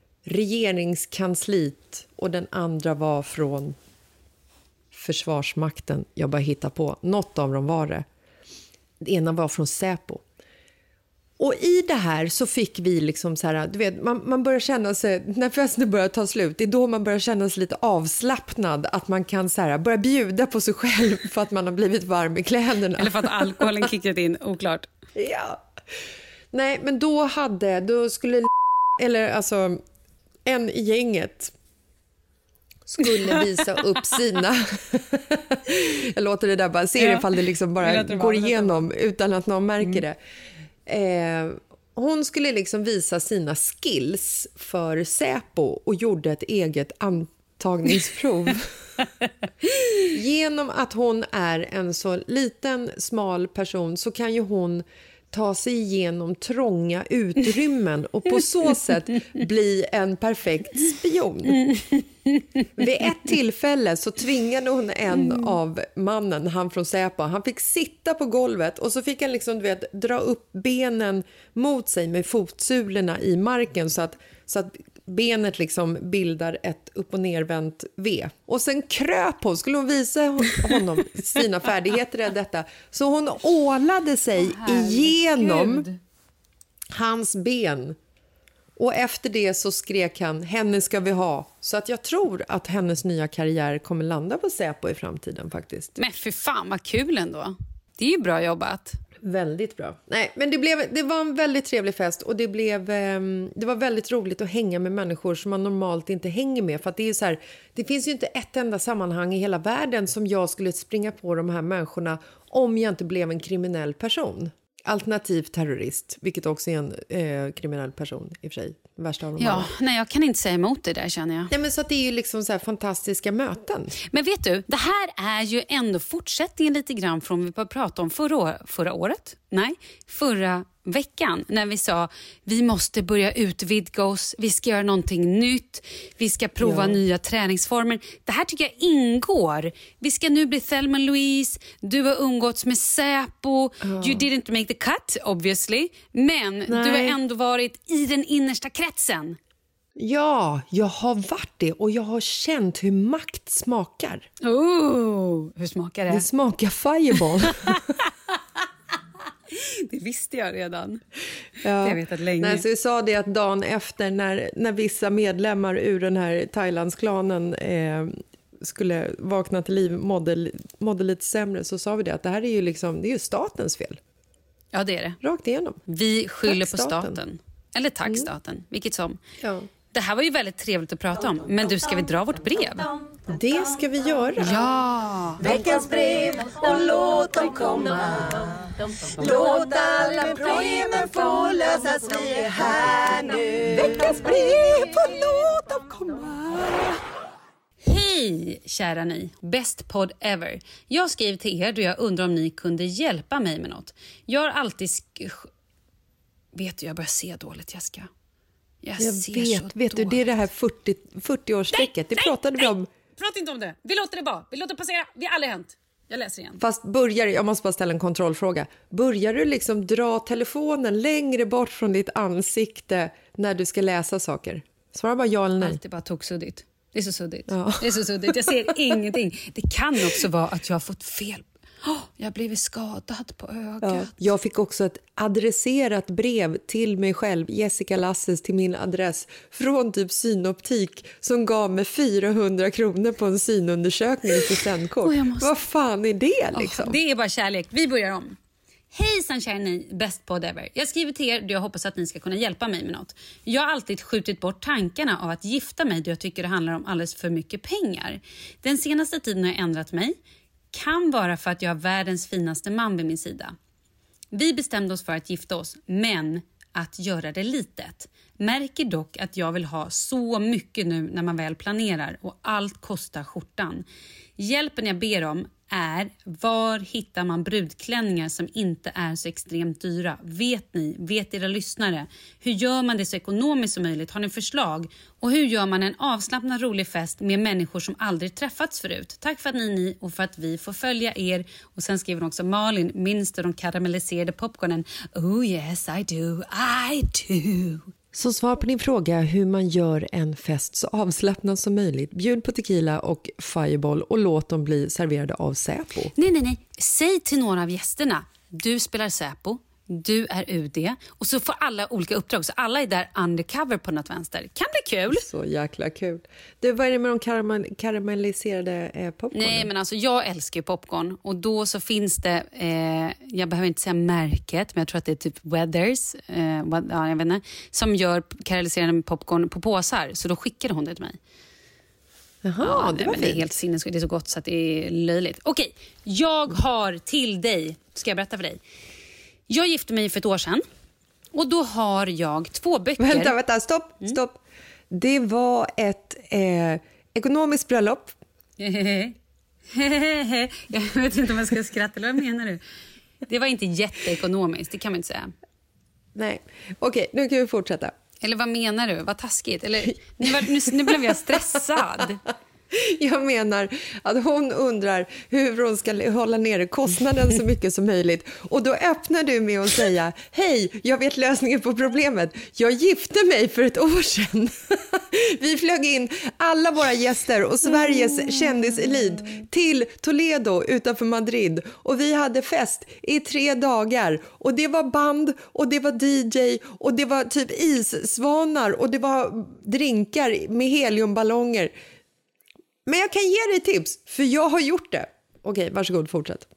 regeringskansliet och den andra var från Försvarsmakten. Jag bara hittar på. Något av dem var det. Den ena var från Säpo. Och i det här så fick vi liksom så här, du vet, man, man börjar känna sig, när festen börjar ta slut, det är då man börjar känna sig lite avslappnad, att man kan så här, börja bjuda på sig själv för att man har blivit varm i kläderna. Eller för att alkoholen kickat in, oklart. Ja. Nej, men då hade, då skulle, eller alltså, en i gänget skulle visa upp sina, jag låter det där bara, se ja. ifall det liksom bara det går igenom utan att någon märker mm. det. Eh, hon skulle liksom visa sina skills för Säpo och gjorde ett eget antagningsprov. Genom att hon är en så liten, smal person så kan ju hon ta sig igenom trånga utrymmen och på så sätt bli en perfekt spion. Vid ett tillfälle så tvingade hon en av mannen, han från Säpo, han fick sitta på golvet och så fick han liksom, du vet, dra upp benen mot sig med fotsulorna i marken så att, så att benet liksom bildar ett upp- och nervänt V. Och sen kröp hon, skulle hon visa honom sina färdigheter i detta. Så hon ålade sig oh, igenom hans ben. Och efter det så skrek han, henne ska vi ha. Så att jag tror att hennes nya karriär kommer landa på Säpo i framtiden faktiskt. Men för fan vad kul ändå. Det är ju bra jobbat. Väldigt bra. Nej, men det, blev, det var en väldigt trevlig fest och det, blev, eh, det var väldigt roligt att hänga med människor som man normalt inte hänger med. För att det är så här, det finns ju inte ett enda sammanhang i hela världen som jag skulle springa på de här människorna om jag inte blev en kriminell person. Alternativ terrorist, vilket också är en eh, kriminell person i och för sig. Värsta av dem Ja, alla. nej, jag kan inte säga emot det där, känner jag. Nej, men så att det är ju liksom så här fantastiska möten. Men vet du, det här är ju ändå fortsättningen lite grann från vi pratade om förra, år, förra året. Nej, förra veckan när vi sa vi måste börja utvidga oss, vi ska göra någonting nytt, vi ska prova ja. nya träningsformer. Det här tycker jag ingår. Vi ska nu bli Thelma Louise, du har umgåtts med Säpo, oh. you didn't make the cut obviously, men Nej. du har ändå varit i den innersta kretsen. Ja, jag har varit det och jag har känt hur makt smakar. Oh, hur smakar det? Det smakar fireball. Det visste jag redan. Ja. Det har jag vetat länge. Nej, så vi sa det att dagen efter när, när vissa medlemmar ur den här Thailandsklanen eh, skulle vakna till liv, mådde, mådde lite sämre, så sa vi det att det här är ju liksom, det är ju statens fel. Ja, det är det. Rakt igenom. Vi skyller tack på staten. staten. Eller tack mm. staten, vilket som. Ja. Det här var ju väldigt trevligt att prata om. Men du, ska vi dra vårt brev? Det ska vi göra. Ja! Veckans brev och låt dem komma. Låt alla breven få lösas, vi är här nu. Veckans brev och låt dem komma. Hej kära ni, best podd ever. Jag skrev till er då jag undrar om ni kunde hjälpa mig med något. Jag har alltid... Sk- vet du, jag börjar se dåligt, Jessica. Jag, jag ser vet, så vet du, det är det här fyrtio-årsstrecket. Det pratade vi om. Prata inte om det. Vi låter det vara. Vi låter passera. Det har aldrig hänt. Jag läser igen. Fast börjar, jag måste bara ställa en kontrollfråga. Börjar du liksom dra telefonen längre bort från ditt ansikte när du ska läsa saker? Svara bara ja eller nej. Allt är bara toksuddigt. Det är så suddigt. Ja. Det är så suddigt. Jag ser ingenting. Det kan också vara att jag har fått fel. Oh, jag har blivit skadad på ögat. Ja, jag fick också ett adresserat brev till mig själv, Jessica Lasses, till min adress från typ Synoptik som gav mig fyrahundra kronor på en synundersökning i presentkort. Oh, måste... Vad fan är det liksom? Oh, det är bara kärlek. Vi börjar om. Hejsan kära ni, best podd ever. Jag skriver till er då jag hoppas att ni ska kunna hjälpa mig med något. Jag har alltid skjutit bort tankarna av att gifta mig då jag tycker det handlar om alldeles för mycket pengar. Den senaste tiden har jag ändrat mig. Kan vara för att jag har världens finaste man vid min sida. Vi bestämde oss för att gifta oss, men att göra det litet. Märker dock att jag vill ha så mycket nu när man väl planerar och allt kostar skjortan. Hjälpen jag ber om är, var hittar man brudklänningar som inte är så extremt dyra? Vet ni, vet era lyssnare? Hur gör man det så ekonomiskt som möjligt? Har ni förslag? Och hur gör man en avslappnad rolig fest med människor som aldrig träffats förut? Tack för att ni ni och för att vi får följa er. Och sen skriver hon också, Malin, minns du de karamelliserade popcornen? Oh yes, I do, I do. Så svar på din fråga hur man gör en fest så avslappnad som möjligt. Bjud på tequila och fireball och låt dem bli serverade av Säpo. Nej, nej, nej. Säg till några av gästerna. Du spelar Säpo, du är U D och så får alla olika uppdrag. Så alla är där undercover på något vänster. Kan bli kul. Så jäkla kul. Du, vad är det med de karamell- karamelliserade eh, popcornen? Nej, men alltså jag älskar ju popcorn. Och då så finns det, eh, jag behöver inte säga märket, men jag tror att det är typ Weathers, eh, what, ja, jag vet inte, som gör karamelliserade popcorn på påsar. Så då skickade hon det till mig. Jaha, ja, det nej, var men fint. det är helt sinnessjukt, det är så gott så att det är löjligt. Okej, jag har till dig, ska jag berätta för dig. Jag gifte mig för ett år sedan. Och då har jag två böcker. Vänta, vänta, stopp, Mm. stopp. Det var ett eh, ekonomiskt bröllop. Jag vet inte om jag ska skratta eller vad menar du? Det var inte jätteekonomiskt, det kan man inte säga. Nej, okej, nu kan vi fortsätta. Eller vad menar du? Vad taskigt? Eller, nu, var, nu, nu blev jag stressad. Jag menar att hon undrar hur hon ska hålla nere kostnaden så mycket som möjligt. Och då öppnar du med att säga, hej, jag vet lösningen på problemet. Jag gifte mig för ett år sedan. Vi flög in alla våra gäster och Sveriges kändiselit till Toledo utanför Madrid. Och vi hade fest i tre dagar. Och det var band och det var D J och det var typ issvanar och det var drinkar med heliumballonger. Men jag kan ge dig tips, för jag har gjort det. Okej, varsågod, fortsätt.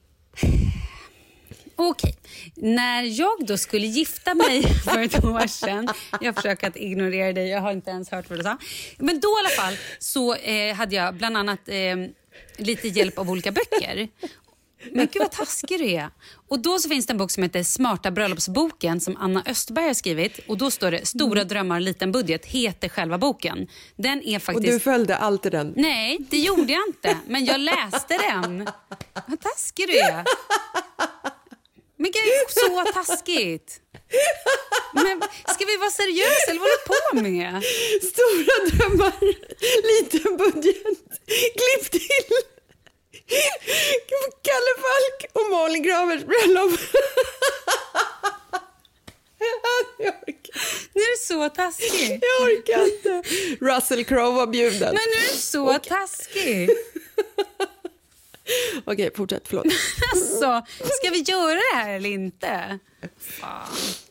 Okej, när jag då skulle gifta mig för ett år sedan, jag försöker att ignorera dig, jag har inte ens hört vad du sa. Men då i alla fall så eh, hade jag bland annat eh, lite hjälp av olika böcker. Men gud vad taskig du är. Och då så finns det en bok som heter Smarta bröllopsboken som Anna Östberg har skrivit. Och då står det Stora drömmar, liten budget heter själva boken. Den är faktiskt... Och du följde alltid den? Nej, det gjorde jag inte. Men jag läste den. Vad taskig du är. Men gud, så taskigt. Men ska vi vara seriösa eller vad håller på med? Stora drömmar, liten budget. Klipp till. Kalle Falk och Malin Gravers bröllop. Jag orkar. Nu är det så taskigt. Jag orkar inte. Russell Crowe var bjuden. Men nu är det så okay. taskigt. Okej, fortsätt, förlåt. Alltså, ska vi göra det här eller inte? Fan.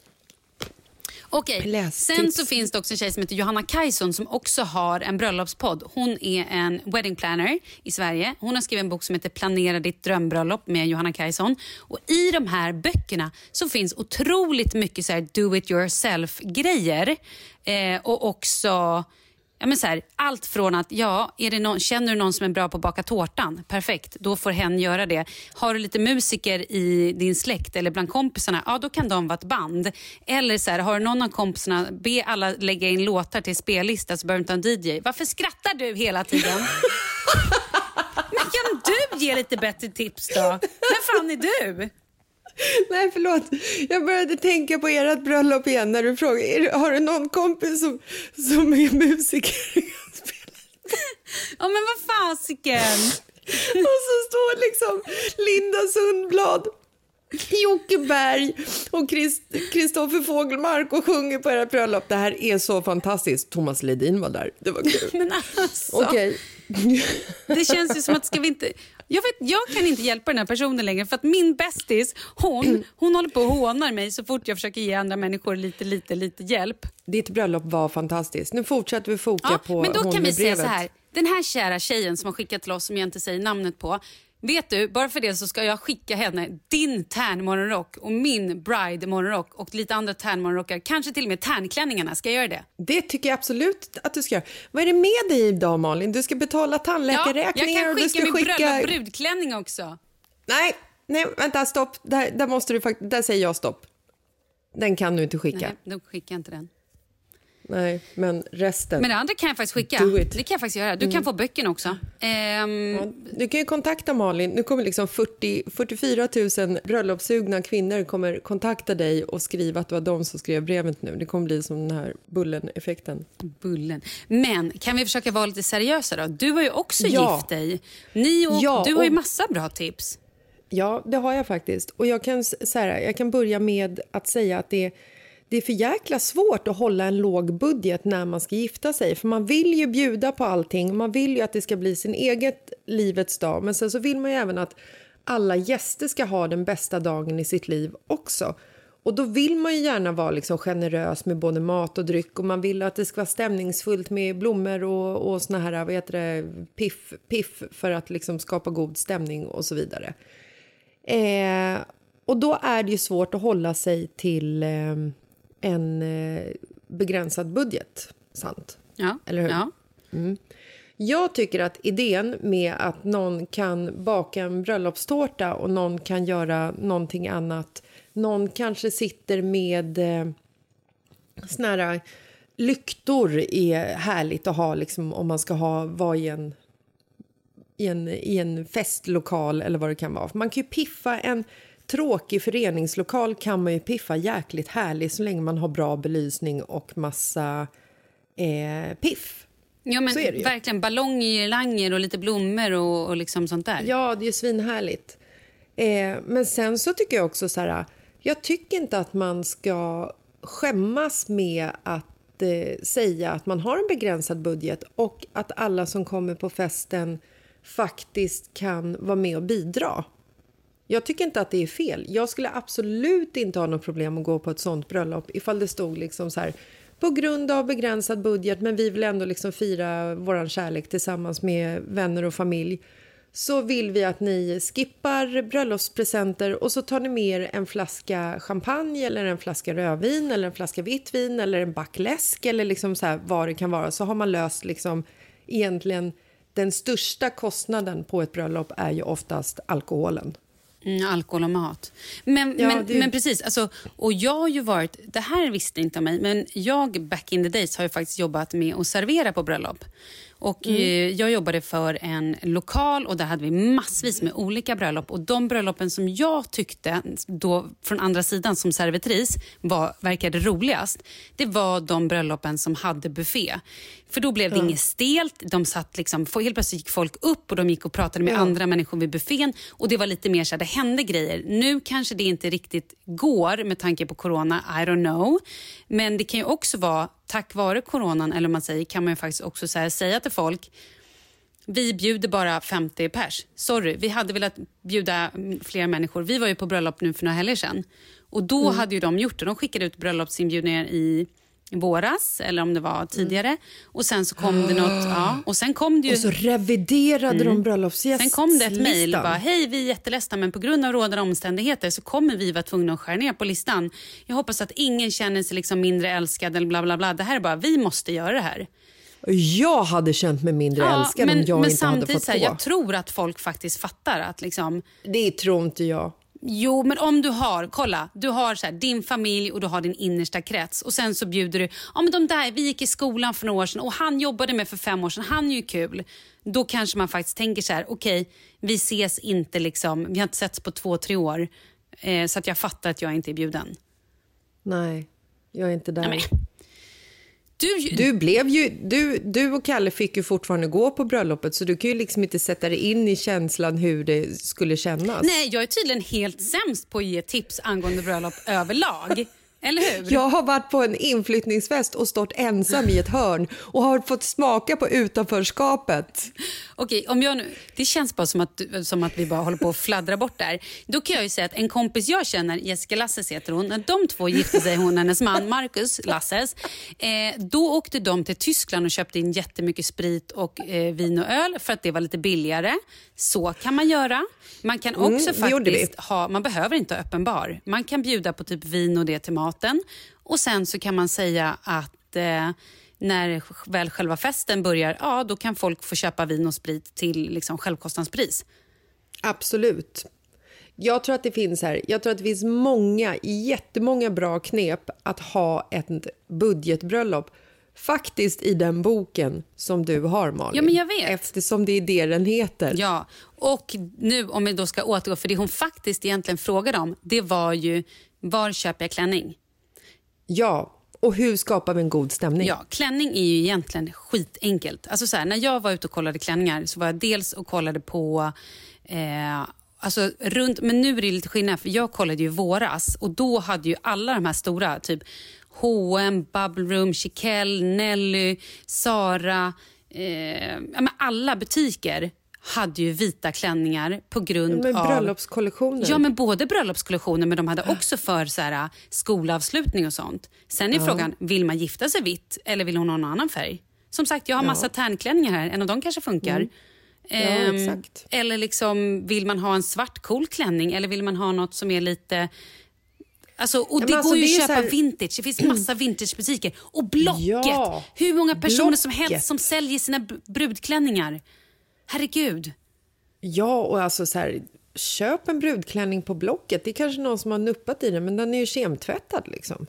Okej, sen så finns det också en tjej som heter Johanna Kajson som också har en bröllopspodd. Hon är en wedding planner i Sverige. Hon har skrivit en bok som heter Planera ditt drömbröllop med Johanna Kajson. Och i de här böckerna så finns otroligt mycket så här do it yourself grejer. Eh, och också... Ja, men så här, allt från att, ja, är det någon, känner du någon som är bra på att baka tårtan? Perfekt, då får hen göra det. Har du lite musiker i din släkt eller bland kompisarna? Ja, då kan de vara ett band. Eller så här, har du någon av kompisarna, be alla lägga in låtar till spellista så behöver du inte ha en D J. Varför skrattar du hela tiden? Men kan du ge lite bättre tips då? Vem fan är du? Nej, förlåt. Jag började tänka på ert bröllop igen när du frågade, har du någon kompis som, som är musiker? Ja, men vad fasiken? Och så står liksom Linda Sundblad, Jocke Berg och Kristoffer Fågelmark och sjunger på ert bröllop. Det här är så fantastiskt. Thomas Ledin var där. Det var kul. Men alltså... Okej. Det känns ju som att ska vi inte... Jag, vet, jag kan inte hjälpa den här personen längre för att min bästis, hon, hon håller på och hånar mig så fort jag försöker ge andra människor lite, lite, lite hjälp. Ditt bröllop var fantastiskt. Nu fortsätter vi foka ja, på men då hon kan vi brevet. säga så här. Den här kära tjejen som har skickat till oss som jag inte säger namnet på. Vet du, bara för det så ska jag skicka henne din tärnmorgonrock och min bride morgonrock och lite andra tärnmorgonrockar. Kanske till och med tärnklänningarna. Ska jag göra det? Det tycker jag absolut att du ska göra. Vad är det med dig idag, Malin? Du ska betala tandläkarräkningar. Ja, jag kan skicka och du ska min skicka... bröllop brudklänning också. Nej, nej, vänta, stopp. Där, där måste du faktiskt, där säger jag stopp. Den kan du inte skicka. Nej, då skickar jag inte den. Nej, men resten... Men det andra kan jag faktiskt skicka. Det kan jag faktiskt göra. Du kan mm. få böckerna också. Ehm... Ja, du kan ju kontakta Malin. Nu kommer liksom fyrtio, fyrtiofyra tusen bröllopssugna kvinnor kommer kontakta dig och skriva att det var de som skrev brevet nu. Det kommer bli som den här bullen-effekten. Bullen. Men kan vi försöka vara lite seriösa då? Du har ju också ja. gift dig. Ni och, ja, du har ju och... massa bra tips. Ja, det har jag faktiskt. Och jag kan, så här, jag kan börja med att säga att det, det är för jäkla svårt att hålla en låg budget när man ska gifta sig. För man vill ju bjuda på allting. Man vill ju att det ska bli sin eget livets dag. Men sen så vill man ju även att alla gäster ska ha den bästa dagen i sitt liv också. Och då vill man ju gärna vara liksom generös med både mat och dryck. Och man vill att det ska vara stämningsfullt med blommor och, och såna här, vad heter det, piff, piff för att liksom skapa god stämning och så vidare. Eh, och då är det ju svårt att hålla sig till eh, en eh, begränsad budget, sant? Ja, eller hur? Ja. Mm. Jag tycker att idén med att någon kan baka en bröllopstårta och någon kan göra någonting annat. Någon kanske sitter med eh, såna här lyktor är härligt att ha liksom, om man ska ha vara i en I en, i en festlokal eller vad det kan vara. Man kan ju piffa en tråkig föreningslokal kan man ju piffa jäkligt härligt så länge man har bra belysning och massa eh, piff. Ja, men verkligen ballonglanger och lite blommor och, och liksom sånt där. Ja, det är ju svinhärligt. Eh, men sen så tycker jag också så här, jag tycker inte att man ska skämmas med att eh, säga att man har en begränsad budget och att alla som kommer på festen faktiskt kan vara med och bidra. Jag tycker inte att det är fel. Jag skulle absolut inte ha något problem att gå på ett sånt bröllop ifall det stod liksom så här, på grund av begränsad budget, men vi vill ändå liksom fira våran kärlek tillsammans med vänner och familj. Så vill vi att ni skippar bröllopspresenter och så tar ni med er en flaska champagne eller en flaska rödvin eller en flaska vitt vin eller en back läsk eller liksom så här vad det kan vara. Så har man löst liksom egentligen den största kostnaden på ett bröllop är ju oftast alkoholen. Mm, alkohol och mat. Men, ja, men, det... men precis, alltså, och jag har ju varit, det här visste inte om mig, men jag back in the days har ju faktiskt jobbat med att servera på bröllop. Och mm. eh, jag jobbade för en lokal och där hade vi massvis med olika bröllop. Och de bröllopen som jag tyckte då från andra sidan som servitris var, verkade roligast, det var de bröllopen som hade buffé. För då blev det mm. inget stelt, de satt liksom, helt plötsligt gick folk upp och de gick och pratade med mm. andra människor vid buffén. Och det var lite mer så här, det hände grejer. Nu kanske det inte riktigt går med tanke på corona, I don't know. Men det kan ju också vara, tack vare coronan, eller man säger, kan man ju faktiskt också så här, säga till folk, vi bjuder bara femtio pers. Sorry, vi hade velat bjuda fler människor. Vi var ju på bröllop nu för några helger sedan. Och då mm. hade ju de gjort det. De skickade ut bröllopsinbjudningar i våras, eller om det var tidigare. Mm. Och sen så kom det något, ja. Och sen kom det ju... Och så reviderade mm. de bröllopsgästlistan. Sen kom det ett mejl och bara, hej, vi är jätteledsna, men på grund av rådande omständigheter så kommer vi vara tvungna att skära ner på listan. Jag hoppas att ingen känner sig liksom mindre älskad eller bla bla bla. Det här är bara, vi måste göra det här. Jag hade känt mig mindre ja, älskad men, om jag men inte hade fått så här, gå. jag tror att folk faktiskt fattar att liksom... Det tror inte jag. Jo, men om du har, kolla, du har så här, din familj och du har din innersta krets och sen så bjuder du, ja men de där, vi gick i skolan för några år sedan och han jobbade med för fem år sedan, han är ju kul. Då kanske man faktiskt tänker så här, okej, okay, vi ses inte liksom, vi har inte setts på två, tre år eh, så att jag fattar att jag inte är bjuden. Nej, jag är inte där. Nej, Du, du, blev ju, du, du och Kalle fick ju fortfarande gå på bröllopet, så du kan ju liksom inte sätta dig in i känslan hur det skulle kännas. Nej, jag är tydligen helt sämst på att ge tips angående bröllop överlag. Eller hur? Jag har varit på en inflyttningsfest och stått ensam i ett hörn och har fått smaka på utanförskapet. Okej, om jag nu, det känns bara som att, som att vi bara håller på att fladdra bort där. Då kan jag ju säga att en kompis jag känner, Jessica Lasses heter hon, när de två gifte sig, hon och hennes man Marcus Lasses, eh, då åkte de till Tyskland och köpte in jättemycket sprit och eh, vin och öl för att det var lite billigare. Så kan man göra. Man kan också mm, faktiskt ha, man behöver inte ha öppen bar. Man kan bjuda på typ vin och det till maten. Och sen så kan man säga att eh, när väl själva festen börjar, ja då kan folk få köpa vin och sprit till liksom självkostnadspris. Absolut. Jag tror att det finns här, jag tror att det finns många, jättemånga bra knep att ha ett budgetbröllop. Faktiskt i den boken som du har, Malin. Ja, men jag vet. Eftersom det är det den heter. Ja, och nu om vi då ska återgå, för det hon faktiskt egentligen frågade om, det var ju, var köper jag klänning? Ja, och hur skapar vi en god stämning? Ja, klänning är ju egentligen skitenkelt. Alltså så här, när jag var ute och kollade klänningar så var jag dels och kollade på... Eh, Alltså runt, men nu är det lite skillnad, för jag kollade ju våras och då hade ju alla de här stora, typ H och M, Bubble Room, Chiquelle, Nelly, Zara, eh, ja, men alla butiker hade ju vita klänningar på grund ja, men av... bröllopskollektioner. Ja, men både bröllopskollektioner, men de hade också för så här, skolavslutning och sånt. Sen är ja. frågan, vill man gifta sig vitt eller vill hon ha någon annan färg? Som sagt, jag har massa ja. tärnklänningar här, en av dem kanske funkar. Mm. Ja, um, exakt. Eller liksom, vill man ha en svart cool klänning eller vill man ha något som är lite... Alltså, och ja, det alltså, går ju att köpa här... vintage. Det finns massa vintagebutiker. Och Blocket! Ja, hur många personer Blocket. som helst som säljer sina brudklänningar. Herregud. Ja, och alltså så här, köp en brudklänning på Blocket. Det är kanske någon som har nuppat i den, men den är ju kemtvättad liksom.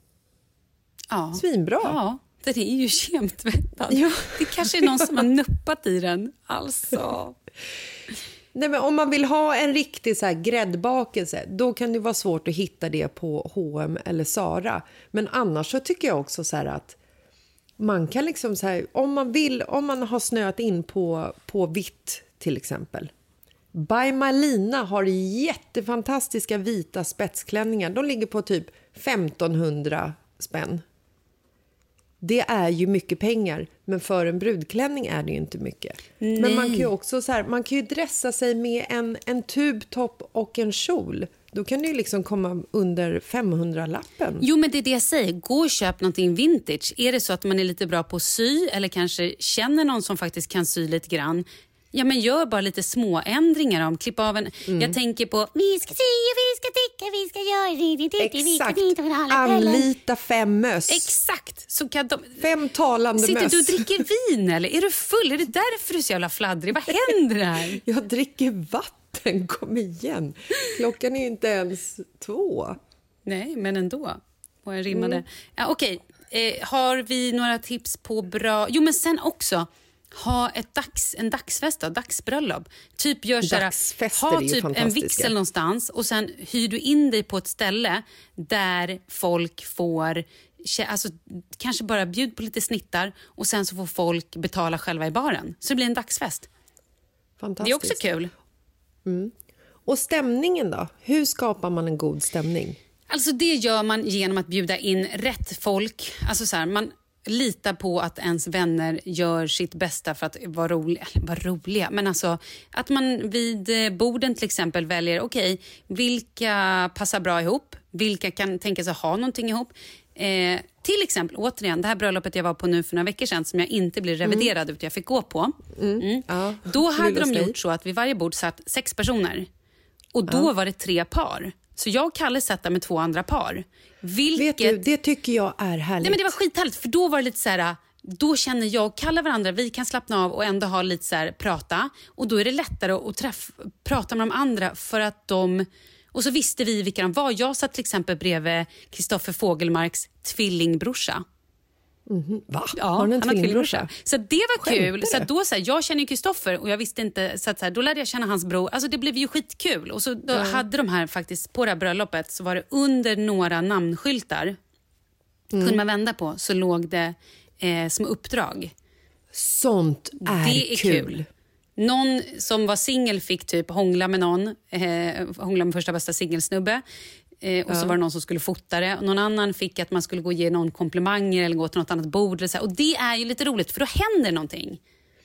Ja. Svinbra. Ja. Den är ju kemtvättad. Ja. Det kanske är någon som har nuppat i den. Alltså. Nej, men om man vill ha en riktig så här gräddbakelse, då kan det vara svårt att hitta det på H och M eller Zara. Men annars så tycker jag också så här att Man kan liksom så här, om man vill, om man har snöat in på, på vitt till exempel. By Malina har jättefantastiska vita spetsklänningar. De ligger på typ femtonhundra spänn. Det är ju mycket pengar, men för en brudklänning är det ju inte mycket. Nej. Men man kan ju också så här, man kan ju dressa sig med en, en tubtopp och en kjol. Då kan det ju liksom komma under femhundra-lappen. Jo, men det är det jag säger. Gå och köp någonting vintage. Är det så att man är lite bra på att sy eller kanske känner någon som faktiskt kan sy lite grann, ja, men gör bara lite små ändringar om klipp av en. Mm. Jag tänker på vi ska sy, vi ska ticka, vi ska göra det. Exakt. Anlita fem möss. Exakt. Så kan de... Fem talande Sitter möss. Sitter du och dricker vin eller? Är du full? Är det därför du är så jävla fladdrig? Vad händer här? Jag dricker vatten. Kom igen. Klockan är ju inte ens två. Nej, men ändå. Och jag rimmade. Mm. Ja, okej. Eh, har vi några tips på bra... Jo, men sen också... Ha ett dags, en dagsfest då, dagsbröllop. Typ gör så här, ha typ en vigsel någonstans och sen hyr du in dig på ett ställe där folk får, alltså kanske bara bjud på lite snittar och sen så får folk betala själva i baren. Så det blir en dagsfest. Fantastiskt. Det är också kul. Mm. Och stämningen då? Hur skapar man en god stämning? Alltså det gör man genom att bjuda in rätt folk. Alltså så här, man lita på att ens vänner gör sitt bästa för att vara roliga, vara roliga. Men alltså att man vid borden till exempel väljer, okej, okay, vilka passar bra ihop? Vilka kan tänka sig ha någonting ihop? Eh, till exempel, återigen, det här bröllopet jag var på nu för några veckor sedan som jag inte blev reviderad mm. ut, jag fick gå på. Mm. Mm. Ja, då hade de gjort så att vid varje bord satt sex personer. Och då ja. var det tre par. Så jag och Kalle satt där med två andra par. Vilket... Vet du, det tycker jag är härligt. Nej, men det var skithärligt, för då var det lite så här, då känner jag och Kalle varandra, vi kan slappna av och ändå ha lite så här, prata. Och då är det lättare att träffa, prata med de andra för att de... Och så visste vi vilka de var. Jag satt till exempel bredvid Kristoffer Fågelmarks tvillingbrorsa. Mm-hmm. Va? Ja, har han en tvillingbrorsa? Så det var kul. Så då, så här, jag känner ju Kristoffer och jag visste inte, så att, så här, då lärde jag känna hans bror. Alltså det blev ju skitkul. Och så då mm. hade de här faktiskt, på det här bröllopet så var det under några namnskyltar. Mm. Kunde man vända på så låg det eh, som uppdrag. Sånt är, det är kul. kul. Någon som var singel fick typ hångla med någon, eh, hångla med första bästa singelsnubbe. Eh, och ja. så var det någon som skulle fota det. Någon annan fick att man skulle gå och ge någon komplimanger eller gå till något annat bord. Eller så här. Och det är ju lite roligt för då händer någonting.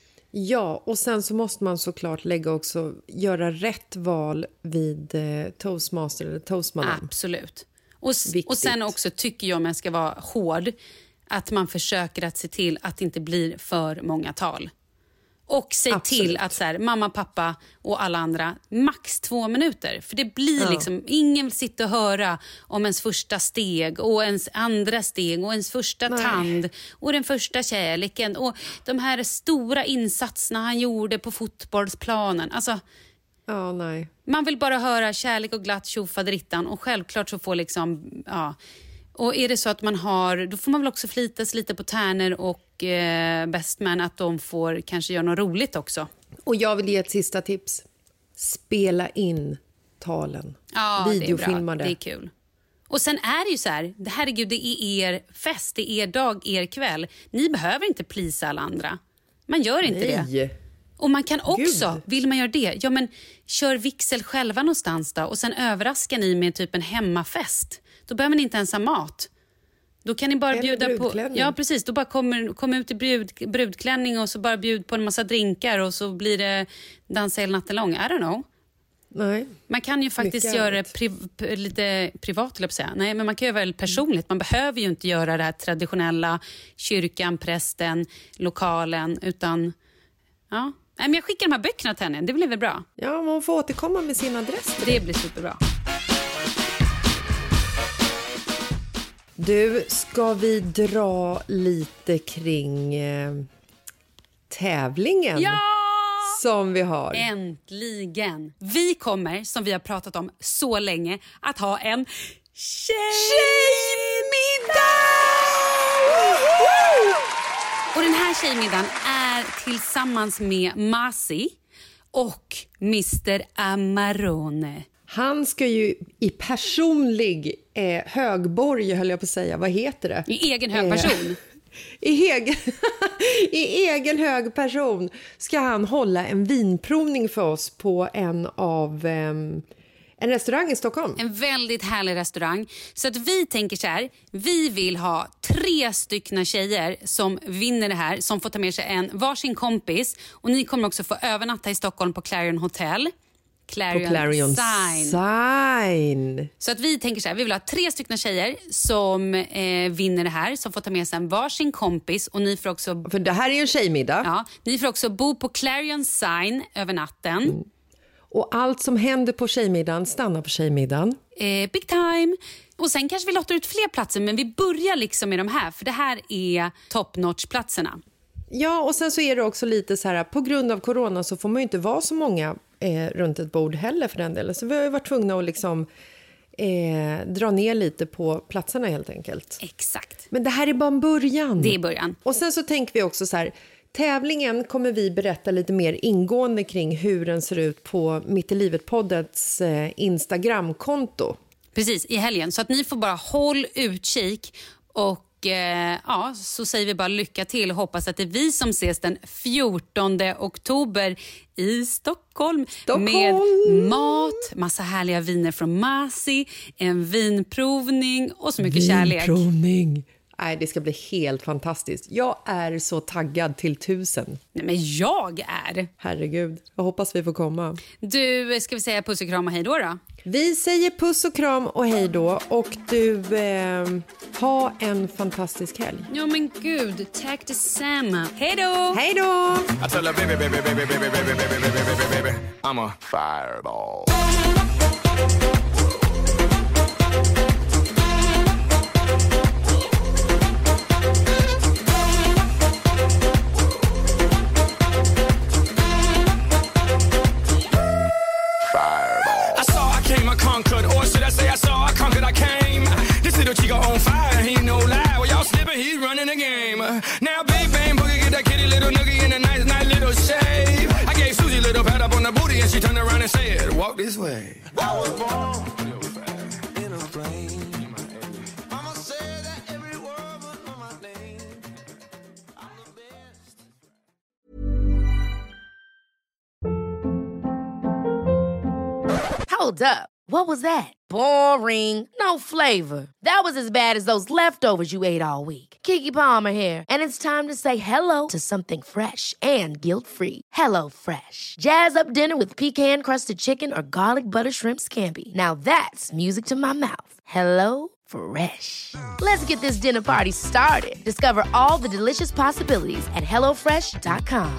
Ja, och sen så måste man såklart lägga också, göra rätt val vid eh, toastmaster eller toastmadam. Absolut. Och, och sen också tycker jag, om jag ska vara hård, att man försöker att se till att det inte blir för många tal. Och se Absolut. till att så här, mamma, pappa och alla andra max två minuter. För det blir ja. liksom, ingen vill sitta och höra om ens första steg och ens andra steg och ens första nej. tand och den första kärleken och de här stora insatserna han gjorde på fotbollsplanen. Alltså, ja, nej. Man vill bara höra kärlek och glatt tjofaderittan och självklart så får liksom, ja... Och är det så att man har, då får man väl också flita sig lite på tärner och eh, bestman att de får kanske göra något roligt också. Och jag vill ge ett sista tips. Spela in talen. Ja, videofilma det är bra. Det är kul. Och sen är det ju så här, herregud, det är er fest, det är er dag, er kväll. Ni behöver inte plisa alla andra. Man gör inte Nej. det. Och man kan också, Gud. vill man göra det, ja men kör vigsel själva någonstans då och sen överraskar ni med typ en hemmafest. Då behöver ni inte ens ha mat. Då kan ni bara Eller bjuda på... Ja, precis. Då bara kommer kom ut i brud, brudklänning och så bara bjud på en massa drinkar och så blir det dansa hela natten lång. I don't know. Nej. Man kan ju faktiskt Mycket göra det pri, lite privat, eller säga. Nej, men man kan göra det väldigt personligt. Man behöver ju inte göra det här traditionella kyrkan, prästen, lokalen, utan... Ja. Nej, men jag skickar de här böckerna till henne. Det blir väl bra? Ja, man får återkomma med sin adress. Det blir superbra. Du, ska vi dra lite kring eh, tävlingen ja! som vi har? Äntligen! Vi kommer, som vi har pratat om så länge, att ha en tjejmiddag! Och den här tjejmiddagen är tillsammans med Masi och mister Amarone. Han ska ju i personlig eh, högborg, höll jag på att säga. Vad heter det? I egen högperson. I egen, I egen hög person ska han hålla en vinprovning för oss på en av um, en restaurang i Stockholm. En väldigt härlig restaurang. Så att vi tänker så här, vi vill ha tre styckna tjejer som vinner det här, som får ta med sig en varsin kompis. Och ni kommer också få övernatta i Stockholm på Clarion Hotel. Clarion, på Clarion Sign. Sign. Så att vi tänker så här, vi vill ha tre styckna tjejer som eh, vinner det här, som får ta med sig en varsin kompis. Och ni får också... För det här är ju en tjejmiddag. Ja, ni får också bo på Clarion Sign över natten. Mm. Och allt som händer på tjejmiddagen stannar på tjejmiddagen. Eh, big time. Och sen kanske vi lottar ut fler platser, men vi börjar liksom med de här. För det här är top notch-platserna. Ja, och sen så är det också lite så här, på grund av corona så får man ju inte vara så många eh, runt ett bord heller för den delen. Så vi har ju varit tvungna att liksom eh, dra ner lite på platserna helt enkelt. Exakt. Men det här är bara en början. Det är början. Och sen så tänker vi också så här, tävlingen kommer vi berätta lite mer ingående kring hur den ser ut på Mitt i livet-poddets eh, Instagram-konto. Precis, i helgen. Så att ni får bara håll utkik och eh, ja, så säger vi bara lycka till och hoppas att det är vi som ses den fjortonde oktober i Stockholm. Stockholm. Med mat, massa härliga viner från Masi, en vinprovning och så mycket kärlek. Vinprovning. Nej, det ska bli helt fantastiskt. Jag är så taggad till tusen. Nej, men jag är. Herregud, jag hoppas vi får komma. Du, ska vi säga puss och kram och hej då då? Vi säger puss och kram och hej då. Och du, eh, ha en fantastisk helg. Ja men gud, tack detsamma. Hej då! Hej då! I tell her, baby, baby, baby, baby, baby, baby, baby, baby, baby, baby, I'm a fireball. Conquered, or should I say I saw I conquered, I came. This little chico on fire, he no lie. Well, y'all slipping, he's running the game. Now big bang boogie, get that kitty little noogie in a nice, nice little shave. I gave Susie a little pat up on the booty and she turned around and said, walk this way. I was born in a flame. Mama said that every word was on my name. I'm the best. Hold up. What was that? Boring. No flavor. That was as bad as those leftovers you ate all week. Keke Palmer here, and it's time to say hello to something fresh and guilt-free. Hello Fresh. Jazz up dinner with pecan-crusted chicken or garlic butter shrimp scampi. Now that's music to my mouth. Hello Fresh. Let's get this dinner party started. Discover all the delicious possibilities at hello fresh dot com.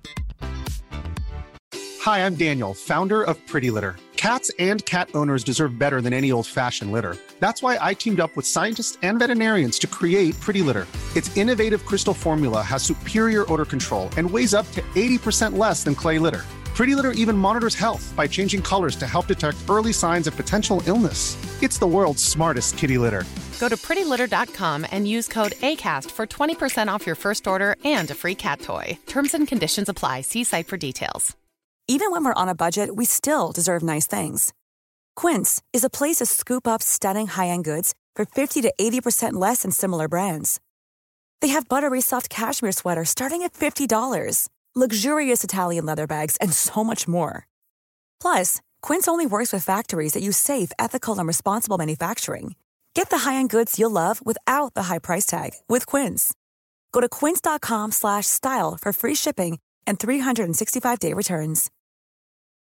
Hi, I'm Daniel, founder of Pretty Litter. Cats and cat owners deserve better than any old-fashioned litter. That's why I teamed up with scientists and veterinarians to create Pretty Litter. Its innovative crystal formula has superior odor control and weighs up to eighty percent less than clay litter. Pretty Litter even monitors health by changing colors to help detect early signs of potential illness. It's the world's smartest kitty litter. Go to pretty litter dot com and use code ACAST for twenty percent off your first order and a free cat toy. Terms and conditions apply. See site for details. Even when we're on a budget, we still deserve nice things. Quince is a place to scoop up stunning high-end goods for fifty to eighty percent less than similar brands. They have buttery soft cashmere sweaters starting at fifty dollars, luxurious Italian leather bags, and so much more. Plus, Quince only works with factories that use safe, ethical, and responsible manufacturing. Get the high-end goods you'll love without the high price tag with Quince. Go to quince dot com slash style for free shipping and three hundred sixty-five day returns.